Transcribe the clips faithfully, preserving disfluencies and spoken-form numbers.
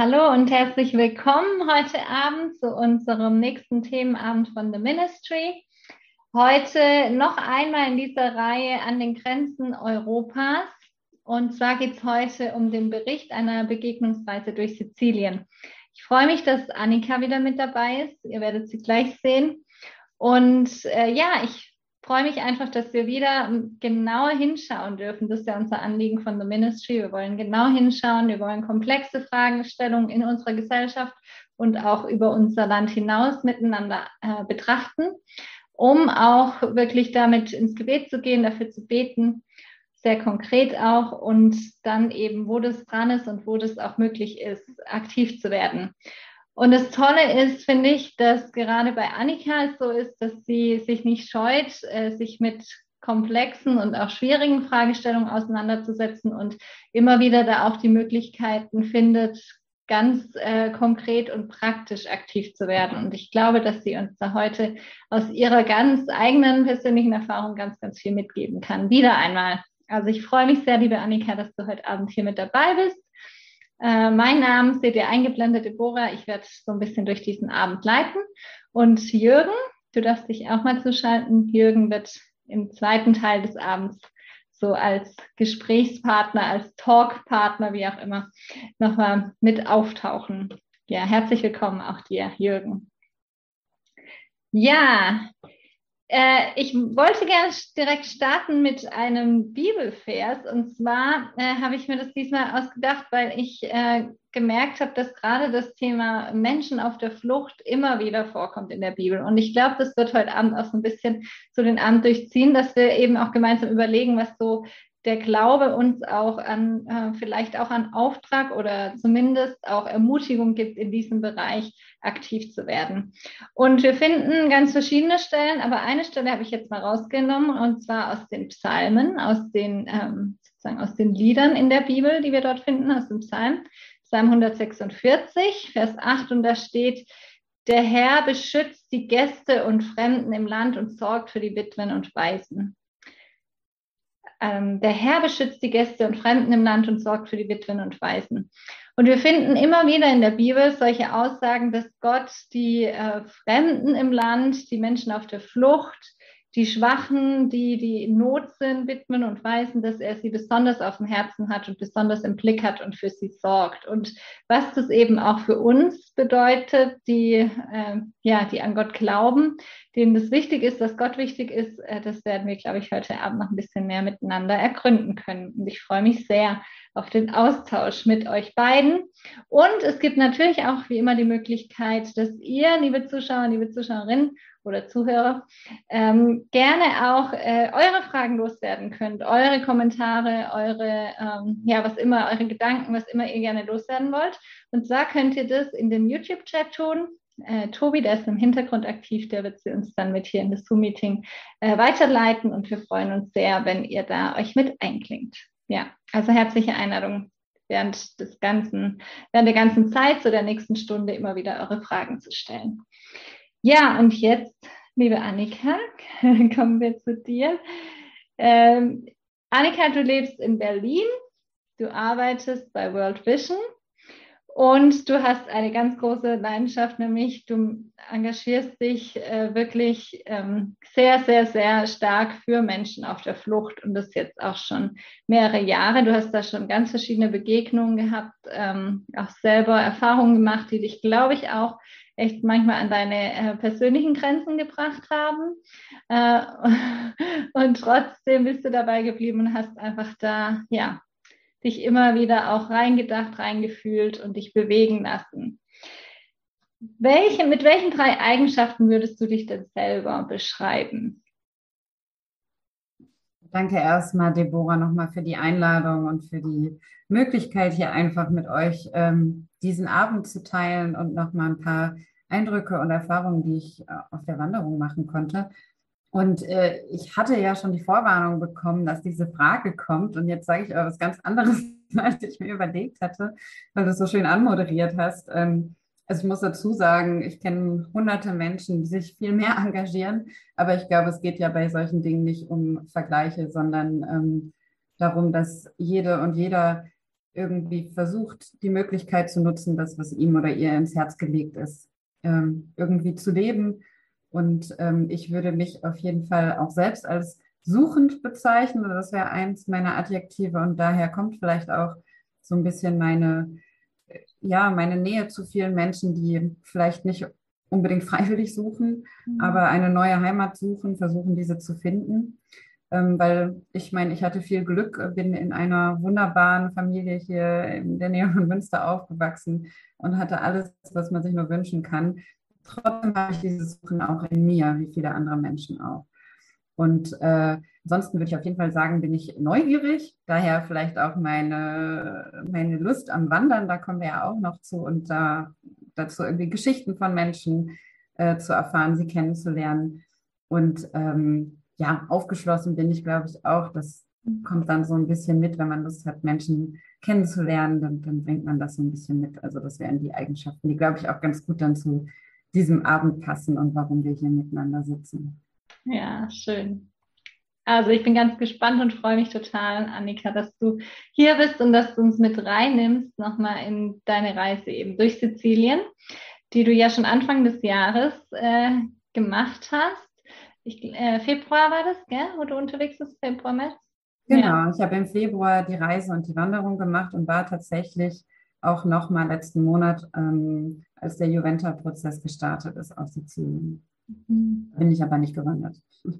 Hallo und herzlich willkommen heute Abend zu unserem nächsten Themenabend von The Ministry. Heute noch einmal in dieser Reihe an den Grenzen Europas. Und zwar geht es heute um den Bericht einer Begegnungsreise durch Sizilien. Ich freue mich, dass Annika wieder mit dabei ist. Ihr werdet sie gleich sehen. Und äh, ja, ich freue mich einfach, dass wir wieder genauer hinschauen dürfen. Das ist ja unser Anliegen von The Ministry. Wir wollen genau hinschauen. Wir wollen komplexe Fragestellungen in unserer Gesellschaft und auch über unser Land hinaus miteinander äh, betrachten, um auch wirklich damit ins Gebet zu gehen, dafür zu beten, sehr konkret auch, und dann eben, wo das dran ist und wo das auch möglich ist, aktiv zu werden. Und das Tolle ist, finde ich, dass gerade bei Annika es so ist, dass sie sich nicht scheut, äh, sich mit komplexen und auch schwierigen Fragestellungen auseinanderzusetzen und immer wieder da auch die Möglichkeiten findet, ganz äh, konkret und praktisch aktiv zu werden. Und ich glaube, dass sie uns da heute aus ihrer ganz eigenen persönlichen Erfahrung ganz, ganz viel mitgeben kann. Wieder einmal. Also ich freue mich sehr, liebe Annika, dass du heute Abend hier mit dabei bist. Äh, mein Name seht ihr eingeblendet, Deborah. Ich werde so ein bisschen durch diesen Abend leiten. Und Jürgen, du darfst dich auch mal zuschalten. Jürgen wird im zweiten Teil des Abends so als Gesprächspartner, als Talkpartner, wie auch immer, nochmal mit auftauchen. Ja, herzlich willkommen auch dir, Jürgen. Ja, äh, ich wollte gerne direkt starten mit einem Bibelvers. Und zwar äh, habe ich mir das diesmal ausgedacht, weil ich äh, gemerkt habe, dass gerade das Thema Menschen auf der Flucht immer wieder vorkommt in der Bibel. Und ich glaube, das wird heute Abend auch so ein bisschen so den Abend durchziehen, dass wir eben auch gemeinsam überlegen, was so der Glaube uns auch an, äh, vielleicht auch an Auftrag oder zumindest auch Ermutigung gibt, in diesem Bereich aktiv zu werden. Und wir finden ganz verschiedene Stellen, aber eine Stelle habe ich jetzt mal rausgenommen, und zwar aus den Psalmen, aus den, ähm, sozusagen aus den Liedern in der Bibel, die wir dort finden, aus dem Psalm, Psalm hundertsechsundvierzig, Vers acht, und da steht: Der Herr beschützt die Gäste und Fremden im Land und sorgt für die Witwen und Waisen. Der Herr beschützt die Gäste und Fremden im Land und sorgt für die Witwen und Waisen. Und wir finden immer wieder in der Bibel solche Aussagen, dass Gott die äh, Fremden im Land, die Menschen auf der Flucht, die Schwachen, die, die in Not sind, Witwen und Waisen, dass er sie besonders auf dem Herzen hat und besonders im Blick hat und für sie sorgt. Und was das eben auch für uns bedeutet, die, äh, ja, die an Gott glauben, denen das wichtig ist, dass Gott wichtig ist, äh, das werden wir, glaube ich, heute Abend noch ein bisschen mehr miteinander ergründen können. Und ich freue mich sehr auf den Austausch mit euch beiden. Und es gibt natürlich auch wie immer die Möglichkeit, dass ihr, liebe Zuschauer, liebe Zuschauerinnen oder Zuhörer, ähm, gerne auch äh, eure Fragen loswerden könnt, eure Kommentare, eure, ähm, ja, was immer, eure Gedanken, was immer ihr gerne loswerden wollt. Und zwar könnt ihr das in dem YouTube-Chat tun. Äh, Tobi, der ist im Hintergrund aktiv, der wird sie uns dann mit hier in das Zoom-Meeting äh, weiterleiten, und wir freuen uns sehr, wenn ihr da euch mit einklingt. Ja, also herzliche Einladung, während des ganzen, während der ganzen Zeit, so der nächsten Stunde, immer wieder eure Fragen zu stellen. Ja, und jetzt, liebe Annika, kommen wir zu dir. Ähm, Annika, du lebst in Berlin, du arbeitest bei World Vision und du hast eine ganz große Leidenschaft, nämlich du engagierst dich äh, wirklich ähm, sehr, sehr, sehr stark für Menschen auf der Flucht, und das jetzt auch schon mehrere Jahre. Du hast da schon ganz verschiedene Begegnungen gehabt, ähm, auch selber Erfahrungen gemacht, die dich, glaube ich, auch echt manchmal an deine äh, persönlichen Grenzen gebracht haben. Äh, und trotzdem bist du dabei geblieben und hast einfach da, ja, dich immer wieder auch reingedacht, reingefühlt und dich bewegen lassen. Welche, mit welchen drei Eigenschaften würdest du dich denn selber beschreiben? Danke erstmal, Deborah, nochmal für die Einladung und für die Möglichkeit, hier einfach mit euch ähm, diesen Abend zu teilen und nochmal ein paar Eindrücke und Erfahrungen, die ich äh, auf der Wanderung machen konnte. Und äh, ich hatte ja schon die Vorwarnung bekommen, dass diese Frage kommt. Und jetzt sage ich aber was ganz anderes, als ich mir überlegt hatte, weil du es so schön anmoderiert hast. Ähm, also ich muss dazu sagen, ich kenne hunderte Menschen, die sich viel mehr engagieren. Aber ich glaube, es geht ja bei solchen Dingen nicht um Vergleiche, sondern ähm, darum, dass jede und jeder irgendwie versucht, die Möglichkeit zu nutzen, das, was ihm oder ihr ins Herz gelegt ist, ähm, irgendwie zu leben. Und ähm, ich würde mich auf jeden Fall auch selbst als suchend bezeichnen. Das wäre eins meiner Adjektive. Und daher kommt vielleicht auch so ein bisschen meine, ja, meine Nähe zu vielen Menschen, die vielleicht nicht unbedingt freiwillig suchen, aber eine neue Heimat suchen, versuchen, diese zu finden. Ähm, weil ich meine, ich hatte viel Glück, bin in einer wunderbaren Familie hier in der Nähe von Münster aufgewachsen und hatte alles, was man sich nur wünschen kann. Trotzdem habe ich dieses Suchen auch in mir, wie viele andere Menschen auch. Und äh, ansonsten würde ich auf jeden Fall sagen, bin ich neugierig. Daher vielleicht auch meine, meine Lust am Wandern, da kommen wir ja auch noch zu. Und da, dazu irgendwie Geschichten von Menschen äh, zu erfahren, sie kennenzulernen. Und ähm, ja, aufgeschlossen bin ich, glaube ich, auch. Das kommt dann so ein bisschen mit, wenn man Lust hat, Menschen kennenzulernen, dann, dann bringt man das so ein bisschen mit. Also das wären die Eigenschaften, die, glaube ich, auch ganz gut dann zu diesem Abend passen und warum wir hier miteinander sitzen. Ja, schön. Also ich bin ganz gespannt und freue mich total, Annika, dass du hier bist und dass du uns mit reinnimmst, nochmal in deine Reise eben durch Sizilien, die du ja schon Anfang des Jahres äh, gemacht hast. Ich, äh, Februar war das, gell, wo du unterwegs bist, Februar, März? Genau, Ja. ich habe im Februar die Reise und die Wanderung gemacht und war tatsächlich auch nochmal letzten Monat, ähm, als der Juventa-Prozess gestartet ist, auf Sizilien. Mhm. Bin ich aber nicht gewandert.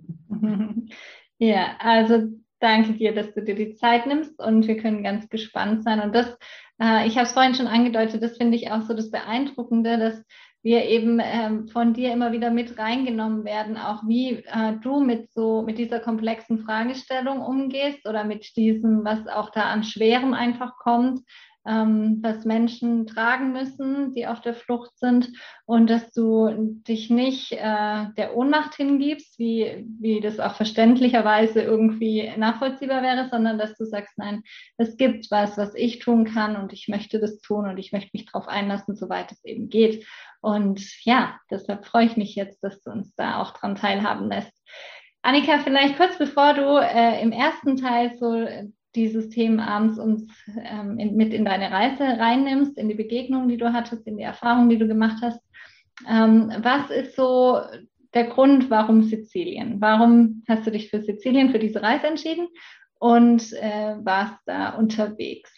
Ja, also danke dir, dass du dir die Zeit nimmst und wir können ganz gespannt sein. Und das, äh, ich habe es vorhin schon angedeutet, das finde ich auch so das Beeindruckende, dass wir eben ähm, von dir immer wieder mit reingenommen werden, auch wie äh, du mit so mit dieser komplexen Fragestellung umgehst oder mit diesem, was auch da an Schwerem einfach kommt, ähm, was Menschen tragen müssen, die auf der Flucht sind, und dass du dich nicht äh, der Ohnmacht hingibst, wie, wie das auch verständlicherweise irgendwie nachvollziehbar wäre, sondern dass du sagst, nein, es gibt was, was ich tun kann und ich möchte das tun und ich möchte mich darauf einlassen, soweit es eben geht. Und ja, deshalb freue ich mich jetzt, dass du uns da auch dran teilhaben lässt. Annika, vielleicht kurz bevor du äh, im ersten Teil so dieses Themenabends uns ähm, in, mit in deine Reise reinnimmst, in die Begegnungen, die du hattest, in die Erfahrungen, die du gemacht hast. Ähm, was ist so der Grund, warum Sizilien? Warum hast du dich für Sizilien, für diese Reise entschieden und äh, warst da unterwegs?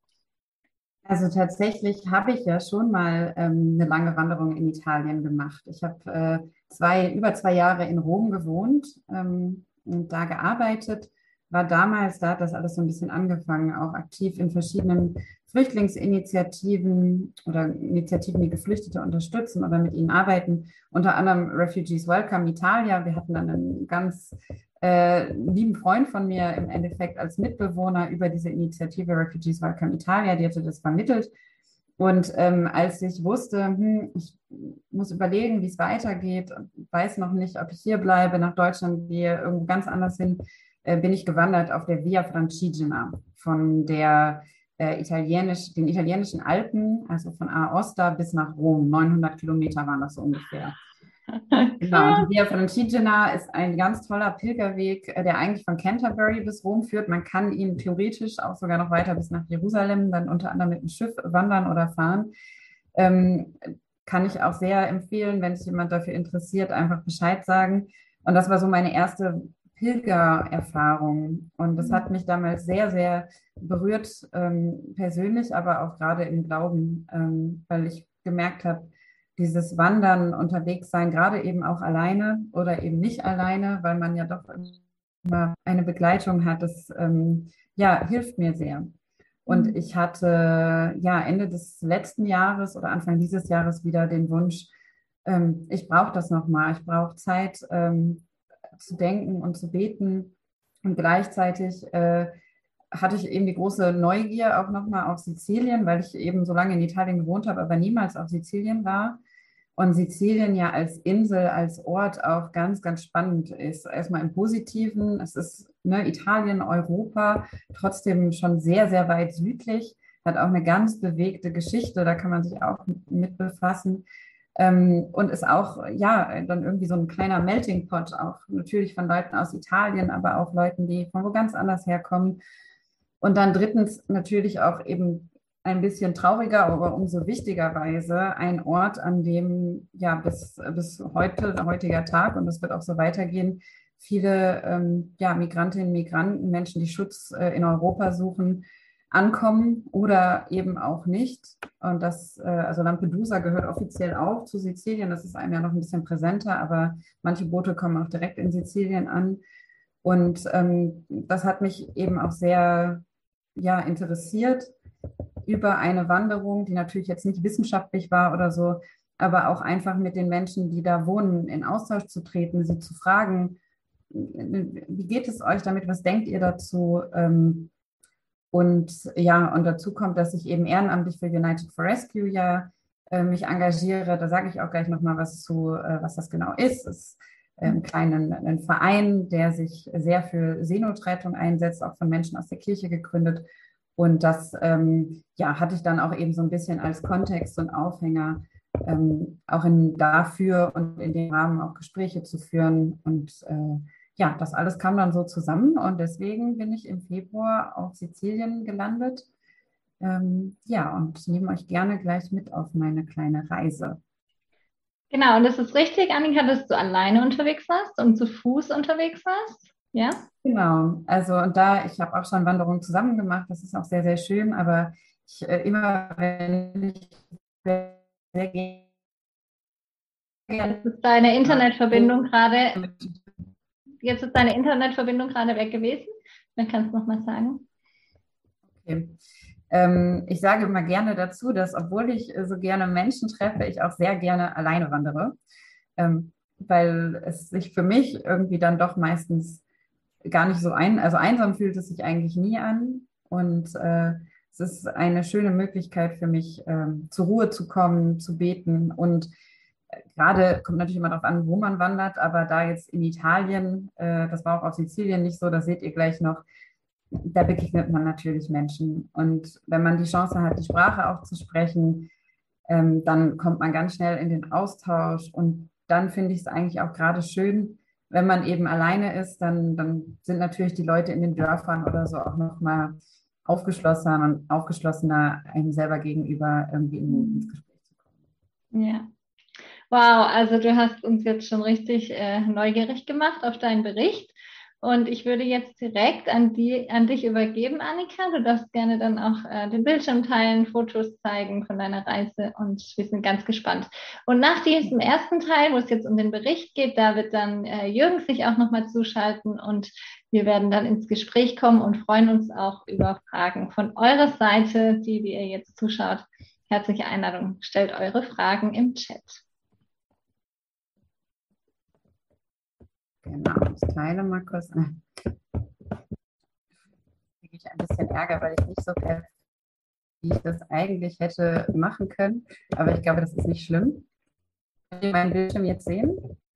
Also tatsächlich habe ich ja schon mal ähm, eine lange Wanderung in Italien gemacht. Ich habe äh, zwei, über zwei Jahre in Rom gewohnt ähm, und da gearbeitet, war damals, da hat das alles so ein bisschen angefangen, auch aktiv in verschiedenen Flüchtlingsinitiativen oder Initiativen, die Geflüchtete unterstützen oder mit ihnen arbeiten, unter anderem Refugees Welcome Italia. Wir hatten dann einen ganz äh, lieben Freund von mir im Endeffekt als Mitbewohner über diese Initiative Refugees Welcome Italia, die hatte das vermittelt. Und ähm, als ich wusste, hm, ich muss überlegen, wie es weitergeht, weiß noch nicht, ob ich hier bleibe, nach Deutschland gehe, irgendwo ganz anders hin, äh, bin ich gewandert auf der Via Francigena von der äh, italienisch, den italienischen Alpen, also von Aosta bis nach Rom. neunhundert Kilometer waren das so ungefähr. Genau, und die Via Francigena ist ein ganz toller Pilgerweg, der eigentlich von Canterbury bis Rom führt. Man kann ihn theoretisch auch sogar noch weiter bis nach Jerusalem, dann unter anderem mit dem Schiff wandern oder fahren. Ähm, kann ich auch sehr empfehlen, wenn sich jemand dafür interessiert, einfach Bescheid sagen. Und das war so meine erste Pilgererfahrung. Und das hat mich damals sehr, sehr berührt, ähm, persönlich, aber auch gerade im Glauben, ähm, weil ich gemerkt habe, dieses Wandern, unterwegs sein, gerade eben auch alleine oder eben nicht alleine, weil man ja doch immer eine Begleitung hat, das ähm, ja, hilft mir sehr. Und ich hatte ja Ende des letzten Jahres oder Anfang dieses Jahres wieder den Wunsch, ähm, ich brauche das nochmal, ich brauche Zeit ähm, zu denken und zu beten. Und gleichzeitig äh, hatte ich eben die große Neugier auch nochmal auf Sizilien, weil ich eben so lange in Italien gewohnt habe, aber niemals auf Sizilien war. Und Sizilien ja als Insel, als Ort auch ganz, ganz spannend ist. Erstmal im Positiven. Es ist ne, Italien, Europa, trotzdem schon sehr, sehr weit südlich. Hat auch eine ganz bewegte Geschichte. Da kann man sich auch mit befassen. Ähm, und ist auch, ja, dann irgendwie so ein kleiner Melting Pot, auch natürlich von Leuten aus Italien, aber auch Leuten, die von wo ganz anders herkommen. Und dann drittens natürlich auch eben ein bisschen trauriger, aber umso wichtigerweise ein Ort, an dem ja bis, bis heute, heutiger Tag, und das wird auch so weitergehen, viele ähm, ja, Migrantinnen, Migranten, Menschen, die Schutz äh, in Europa suchen, ankommen oder eben auch nicht. Und das, äh, also Lampedusa gehört offiziell auch zu Sizilien. Das ist einem ja noch ein bisschen präsenter, aber manche Boote kommen auch direkt in Sizilien an. Und ähm, das hat mich eben auch sehr ja, interessiert über eine Wanderung, die natürlich jetzt nicht wissenschaftlich war oder so, aber auch einfach mit den Menschen, die da wohnen, in Austausch zu treten, sie zu fragen, wie geht es euch damit, was denkt ihr dazu? Und ja, und dazu kommt, dass ich eben ehrenamtlich für United for Rescue ja äh, mich engagiere. Da sage ich auch gleich nochmal was zu, äh, was das genau ist. Es ist ein kleiner ein Verein, der sich sehr für Seenotrettung einsetzt, auch von Menschen aus der Kirche gegründet. Und das ähm, ja, hatte ich dann auch eben so ein bisschen als Kontext und Aufhänger, ähm, auch in, dafür und in dem Rahmen auch Gespräche zu führen. Und äh, ja, das alles kam dann so zusammen und deswegen bin ich im Februar auf Sizilien gelandet. Ähm, ja, und nehme euch gerne gleich mit auf meine kleine Reise. Genau, und das ist richtig, Annika, dass du alleine unterwegs warst und zu Fuß unterwegs warst. Ja? Genau, also und da, ich habe auch schon Wanderungen zusammen gemacht, das ist auch sehr, sehr schön, aber ich, äh, immer wenn ich sehr, sehr Jetzt gerne ist deine Internetverbindung gerade, jetzt ist deine Internetverbindung gerade weg gewesen. Dann kannst du nochmal sagen. Okay. Ähm, ich sage immer gerne dazu, dass obwohl ich äh, so gerne Menschen treffe, ich auch sehr gerne alleine wandere, ähm, weil es sich für mich irgendwie dann doch meistens gar nicht so ein, also einsam fühlt es sich eigentlich nie an und äh, es ist eine schöne Möglichkeit für mich, ähm, zur Ruhe zu kommen, zu beten und äh, gerade kommt natürlich immer darauf an, wo man wandert, aber da jetzt in Italien, äh, das war auch auf Sizilien nicht so, das seht ihr gleich noch, da begegnet man natürlich Menschen. Und wenn man die Chance hat, die Sprache auch zu sprechen, ähm, dann kommt man ganz schnell in den Austausch. Und dann finde ich es eigentlich auch gerade schön, wenn man eben alleine ist, dann, dann sind natürlich die Leute in den Dörfern oder so auch nochmal aufgeschlossener und aufgeschlossener einem selber gegenüber irgendwie in, ins Gespräch zu kommen. Ja. Wow, also du hast uns jetzt schon richtig äh, neugierig gemacht auf deinen Bericht. Und ich würde jetzt direkt an die, an dich übergeben, Annika. Du darfst gerne dann auch äh, den Bildschirm teilen, Fotos zeigen von deiner Reise und wir sind ganz gespannt. Und nach diesem ersten Teil, wo es jetzt um den Bericht geht, da wird dann äh, Jürgen sich auch nochmal zuschalten und wir werden dann ins Gespräch kommen und freuen uns auch über Fragen von eurer Seite, die, die ihr jetzt zuschaut. Herzliche Einladung. Stellt eure Fragen im Chat. Genau, ich teile mal kurz. Da kriege ich ein bisschen Ärger, weil ich nicht so perfekt, wie ich das eigentlich hätte machen können. Aber ich glaube, das ist nicht schlimm. Könnt ihr meinen Bildschirm jetzt sehen?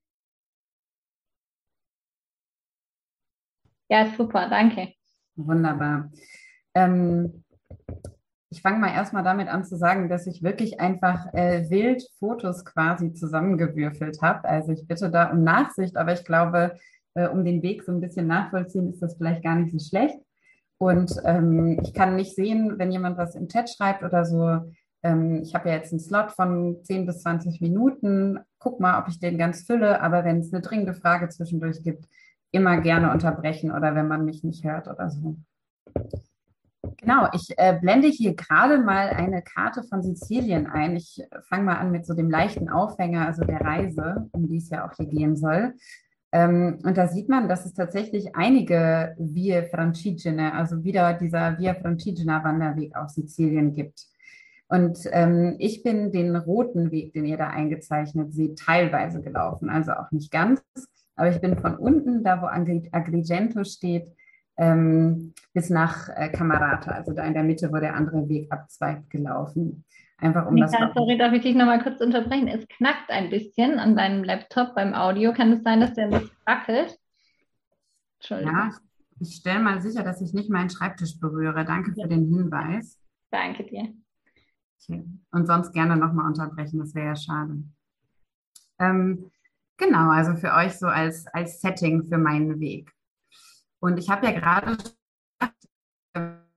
Ja, super, danke. Wunderbar. Ähm, ich fange mal erstmal damit an zu sagen, dass ich wirklich einfach äh, wild Fotos quasi zusammengewürfelt habe. Also ich bitte da um Nachsicht, aber ich glaube, äh, um den Weg so ein bisschen nachvollziehen, ist das vielleicht gar nicht so schlecht. Und ähm, ich kann nicht sehen, wenn jemand was im Chat schreibt oder so. Ähm, ich habe ja jetzt einen Slot von zehn bis zwanzig Minuten. Guck mal, ob ich den ganz fülle. Aber wenn es eine dringende Frage zwischendurch gibt, immer gerne unterbrechen oder wenn man mich nicht hört oder so. Genau, ich äh, blende hier gerade mal eine Karte von Sizilien ein. Ich fange mal an mit so dem leichten Aufhänger, also der Reise, um die es ja auch hier gehen soll. Ähm, und da sieht man, dass es tatsächlich einige Vie Francigene, also wieder dieser Via Francigena Wanderweg auf Sizilien gibt. Und ähm, ich bin den roten Weg, den ihr da eingezeichnet seht, teilweise gelaufen, also auch nicht ganz. Aber ich bin von unten, da wo Agrigento steht, ähm, bis nach äh, Camerata, also da in der Mitte, wo der andere Weg abzweigt, gelaufen. Einfach um das. Nika, sorry, darf ich dich nochmal kurz unterbrechen? Es knackt ein bisschen an deinem Laptop beim Audio. Kann es sein, dass der ein bisschen wackelt? Entschuldigung. Ja, ich stelle mal sicher, dass ich nicht meinen Schreibtisch berühre. Danke Ja. für den Hinweis. Danke dir. Okay. Und sonst gerne nochmal unterbrechen, das wäre ja schade. Ähm, genau, also für euch so als, als Setting für meinen Weg. Und ich habe ja gerade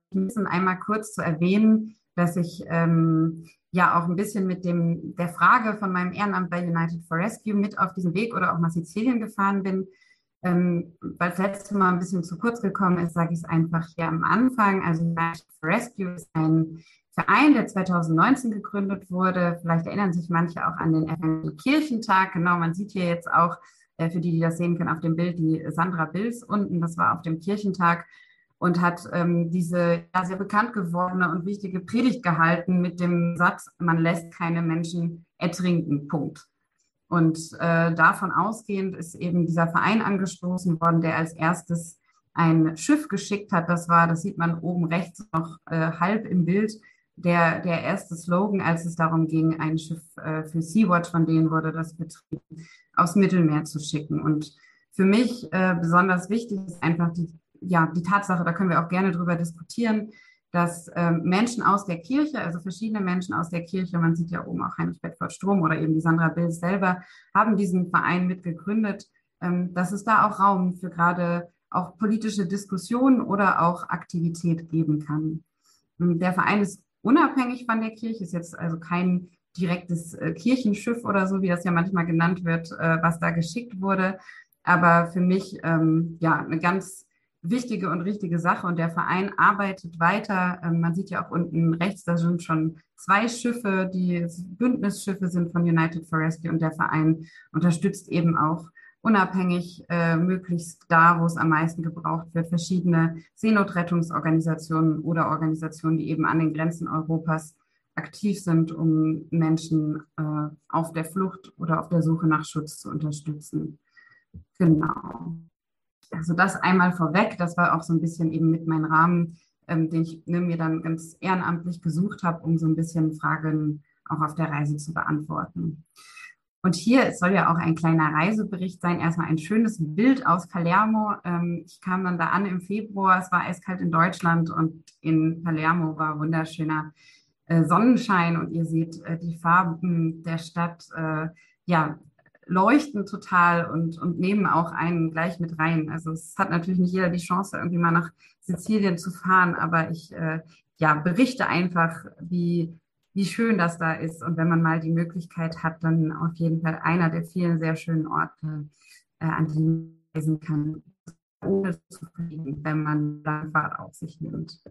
müssen einmal kurz zu erwähnen, dass ich ähm, ja auch ein bisschen mit dem, der Frage von meinem Ehrenamt bei United for Rescue mit auf diesen Weg oder auch nach Sizilien gefahren bin. Ähm, weil das letzte Mal ein bisschen zu kurz gekommen ist, sage ich es einfach hier am Anfang. Also United for Rescue ist ein Verein, der zwanzig neunzehn gegründet wurde. Vielleicht erinnern sich manche auch an den Evangelikirchentag. Genau, man sieht hier jetzt auch, äh, für die, die das sehen können, auf dem Bild die Sandra Bills unten. Das war auf dem Kirchentag und hat ähm, diese ja, sehr bekannt gewordene und wichtige Predigt gehalten mit dem Satz, man lässt keine Menschen ertrinken, Punkt. Und äh, davon ausgehend ist eben dieser Verein angestoßen worden, der als erstes ein Schiff geschickt hat. Das war, das sieht man oben rechts noch äh, halb im Bild, der, der erste Slogan, als es darum ging, ein Schiff äh, für Sea-Watch, von denen wurde das betrieben, aufs Mittelmeer zu schicken. Und für mich äh, besonders wichtig ist einfach die, ja, die Tatsache, da können wir auch gerne drüber diskutieren, dass ähm, Menschen aus der Kirche, also verschiedene Menschen aus der Kirche, man sieht ja oben auch Heinrich Bedford Strom oder eben die Sandra Bills selber, haben diesen Verein mitgegründet, ähm, dass es da auch Raum für gerade auch politische Diskussionen oder auch Aktivität geben kann. Der Verein ist unabhängig von der Kirche, ist jetzt also kein direktes äh, Kirchenschiff oder so, wie das ja manchmal genannt wird, äh, was da geschickt wurde, aber für mich ähm, ja eine ganz wichtige und richtige Sache und der Verein arbeitet weiter. Ähm, man sieht ja auch unten rechts, da sind schon zwei Schiffe, die Bündnisschiffe sind von United for Rescue und der Verein unterstützt eben auch unabhängig, äh, möglichst da, wo es am meisten gebraucht wird, verschiedene Seenotrettungsorganisationen oder Organisationen, die eben an den Grenzen Europas aktiv sind, um Menschen äh, auf der Flucht oder auf der Suche nach Schutz zu unterstützen. Genau. Also das einmal vorweg, das war auch so ein bisschen eben mit meinem Rahmen, ähm, den ich ne, mir dann ganz ehrenamtlich gesucht habe, um so ein bisschen Fragen auch auf der Reise zu beantworten. Und hier, es soll ja auch ein kleiner Reisebericht sein, erstmal ein schönes Bild aus Palermo. Ähm, ich kam dann da an im Februar, es war eiskalt in Deutschland und in Palermo war wunderschöner äh, Sonnenschein und ihr seht äh, die Farben der Stadt, äh, ja, leuchten total und, und nehmen auch einen gleich mit rein. Also es hat natürlich nicht jeder die Chance, irgendwie mal nach Sizilien zu fahren, aber ich äh, ja, berichte einfach, wie, wie schön das da ist. Und wenn man mal die Möglichkeit hat, dann auf jeden Fall einer der vielen sehr schönen Orte, äh, an die man reisen kann, ohne zu fliegen, wenn man dann Fahrt auf sich nimmt.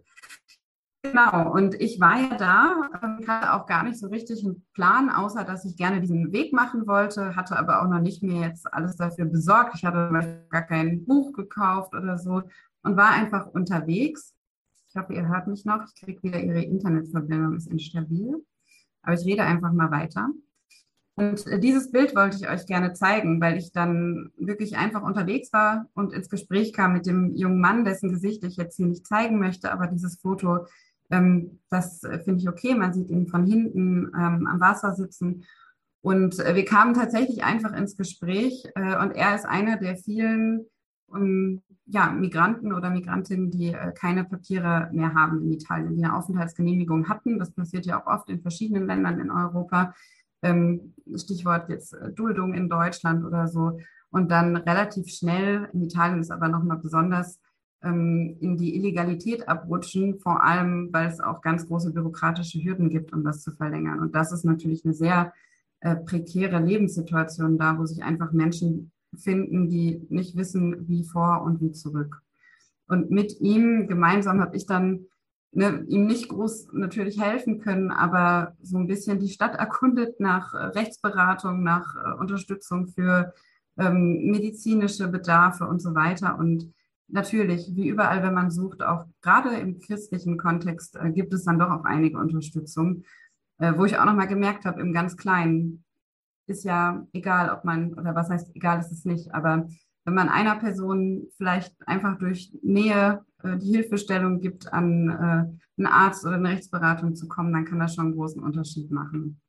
Genau, und ich war ja da, ähm, hatte auch gar nicht so richtig einen Plan, außer dass ich gerne diesen Weg machen wollte, hatte aber auch noch nicht mir jetzt alles dafür besorgt. Ich hatte gar kein Buch gekauft oder so und war einfach unterwegs. Ich hoffe, ihr hört mich noch. Ich kriege wieder, Ihre Internetverbindung ist instabil, aber ich rede einfach mal weiter. Und dieses Bild wollte ich euch gerne zeigen, weil ich dann wirklich einfach unterwegs war und ins Gespräch kam mit dem jungen Mann, dessen Gesicht ich jetzt hier nicht zeigen möchte, aber dieses Foto, ähm, das finde ich okay. Man sieht ihn von hinten ähm, am Wasser sitzen. Und äh, wir kamen tatsächlich einfach ins Gespräch äh, und er ist einer der vielen um, ja, Migranten oder Migrantinnen, die äh, keine Papiere mehr haben in Italien, die eine Aufenthaltsgenehmigung hatten. Das passiert ja auch oft in verschiedenen Ländern in Europa. Ähm, Stichwort jetzt äh, Duldung in Deutschland oder so. Und dann relativ schnell, in Italien ist aber nochmal besonders, ähm, in die Illegalität abrutschen, vor allem, weil es auch ganz große bürokratische Hürden gibt, um das zu verlängern. Und das ist natürlich eine sehr äh, prekäre Lebenssituation da, wo sich einfach Menschen finden, die nicht wissen, wie vor und wie zurück. Und mit ihm gemeinsam habe ich dann ne, ihm nicht groß natürlich helfen können, aber so ein bisschen die Stadt erkundet nach äh, Rechtsberatung, nach äh, Unterstützung für ähm, medizinische Bedarfe und so weiter. Und natürlich, wie überall, wenn man sucht, auch gerade im christlichen Kontext, äh, gibt es dann doch auch einige Unterstützung, äh, wo ich auch nochmal gemerkt habe, im ganz Kleinen, ist ja egal, ob man, oder was heißt egal ist es nicht, aber wenn man einer Person vielleicht einfach durch Nähe äh, die Hilfestellung gibt, an äh, einen Arzt oder eine Rechtsberatung zu kommen, dann kann das schon einen großen Unterschied machen.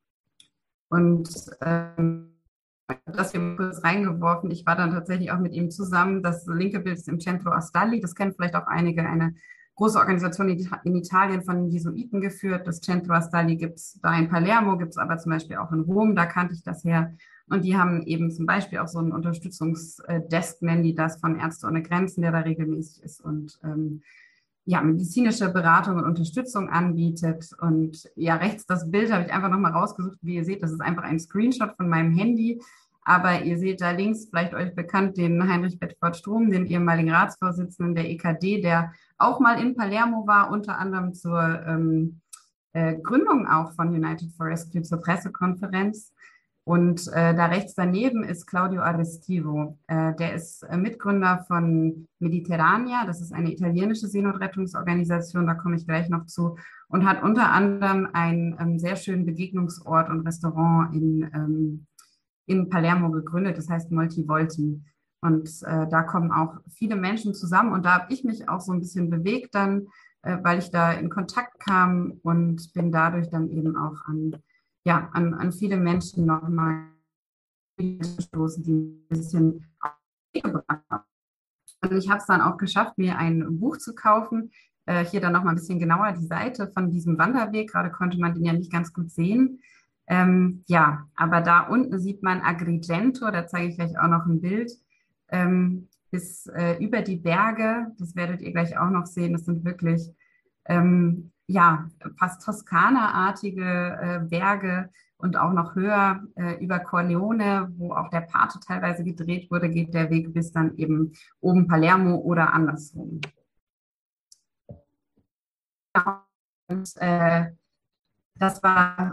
Und ähm, das hier kurz reingeworfen, ich war dann tatsächlich auch mit ihm zusammen. Das linke Bild ist im Centro Astalli, das kennen vielleicht auch einige, eine große Organisation in Italien von den Jesuiten geführt. Das Centro Astalli gibt es da in Palermo, gibt es aber zum Beispiel auch in Rom, da kannte ich das her. Und die haben eben zum Beispiel auch so einen Unterstützungsdesk, nennen die das, von Ärzte ohne Grenzen, der da regelmäßig ist. Und ähm, ja, medizinische Beratung und Unterstützung anbietet. Und ja, rechts das Bild habe ich einfach nochmal rausgesucht. Wie ihr seht, das ist einfach ein Screenshot von meinem Handy. Aber ihr seht da links, vielleicht euch bekannt, den Heinrich Bedford Strom, den ehemaligen Ratsvorsitzenden der E K D, der auch mal in Palermo war, unter anderem zur ähm, äh, Gründung auch von United for Rescue, zur Pressekonferenz. Und äh, da rechts daneben ist Claudio Arestivo. Äh, der ist äh, Mitgründer von Mediterranea. Das ist eine italienische Seenotrettungsorganisation, da komme ich gleich noch zu. Und hat unter anderem einen ähm, sehr schönen Begegnungsort und Restaurant in, ähm, in Palermo gegründet. Das heißt Molti Volti. Und äh, da kommen auch viele Menschen zusammen. Und da habe ich mich auch so ein bisschen bewegt dann, äh, weil ich da in Kontakt kam und bin dadurch dann eben auch an ja, an, an viele Menschen nochmal gestoßen, die ein bisschen gebracht haben. Und ich habe es dann auch geschafft, mir ein Buch zu kaufen. Äh, hier dann nochmal ein bisschen genauer die Seite von diesem Wanderweg. Gerade konnte man den ja nicht ganz gut sehen. Ähm, ja, aber da unten sieht man Agrigento, da zeige ich gleich auch noch ein Bild, ähm, bis äh, über die Berge. Das werdet ihr gleich auch noch sehen. Das sind wirklich ähm, ja, fast Toskana-artige äh, Berge und auch noch höher äh, über Corleone, wo auch der Pate teilweise gedreht wurde, geht der Weg bis dann eben oben Palermo oder andersrum. Ja, und äh, das war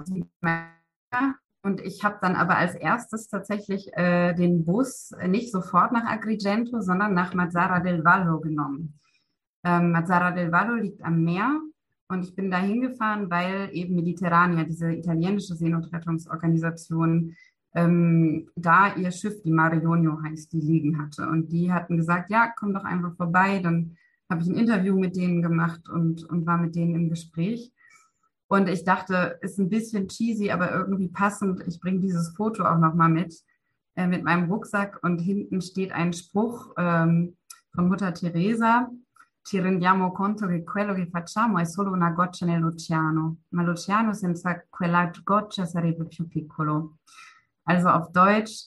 und ich habe dann aber als erstes tatsächlich äh, den Bus nicht sofort nach Agrigento, sondern nach Mazara del Vallo genommen. Ähm, Mazara del Vallo liegt am Meer. Und ich bin da hingefahren, weil eben Mediterranea, diese italienische Seenotrettungsorganisation, ähm, da ihr Schiff, die Mare Jonio heißt, die liegen hatte. Und die hatten gesagt, ja, komm doch einfach vorbei. Dann habe ich ein Interview mit denen gemacht und, und war mit denen im Gespräch. Und ich dachte, ist ein bisschen cheesy, aber irgendwie passend. Ich bringe dieses Foto auch nochmal mit, äh, mit meinem Rucksack. Und hinten steht ein Spruch ähm, von Mutter Teresa. Ci rendiamo conto che quello che facciamo è solo una goccia nell'oceano, ma l'oceano senza quella goccia sarebbe più piccolo. Also auf Deutsch,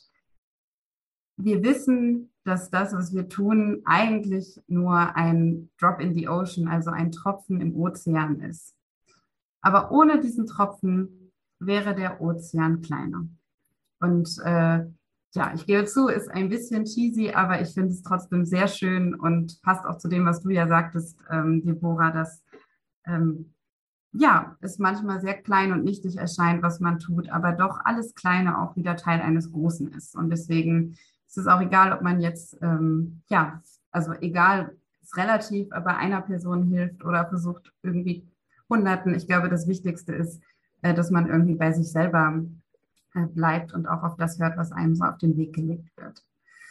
wir wissen, dass das, was wir tun, eigentlich nur ein Drop in the Ocean, also ein Tropfen im Ozean ist. Aber ohne diesen Tropfen wäre der Ozean kleiner. Und äh, ja, ich gebe zu, ist ein bisschen cheesy, aber ich finde es trotzdem sehr schön und passt auch zu dem, was du ja sagtest, ähm, Deborah, dass ähm, ja, es manchmal sehr klein und nichtig erscheint, was man tut, aber doch alles Kleine auch wieder Teil eines Großen ist. Und deswegen ist es auch egal, ob man jetzt, ähm, ja, also egal, ist relativ, aber einer Person hilft oder versucht irgendwie Hunderten. Ich glaube, das Wichtigste ist, äh, dass man irgendwie bei sich selber bleibt und auch auf das hört, was einem so auf den Weg gelegt wird.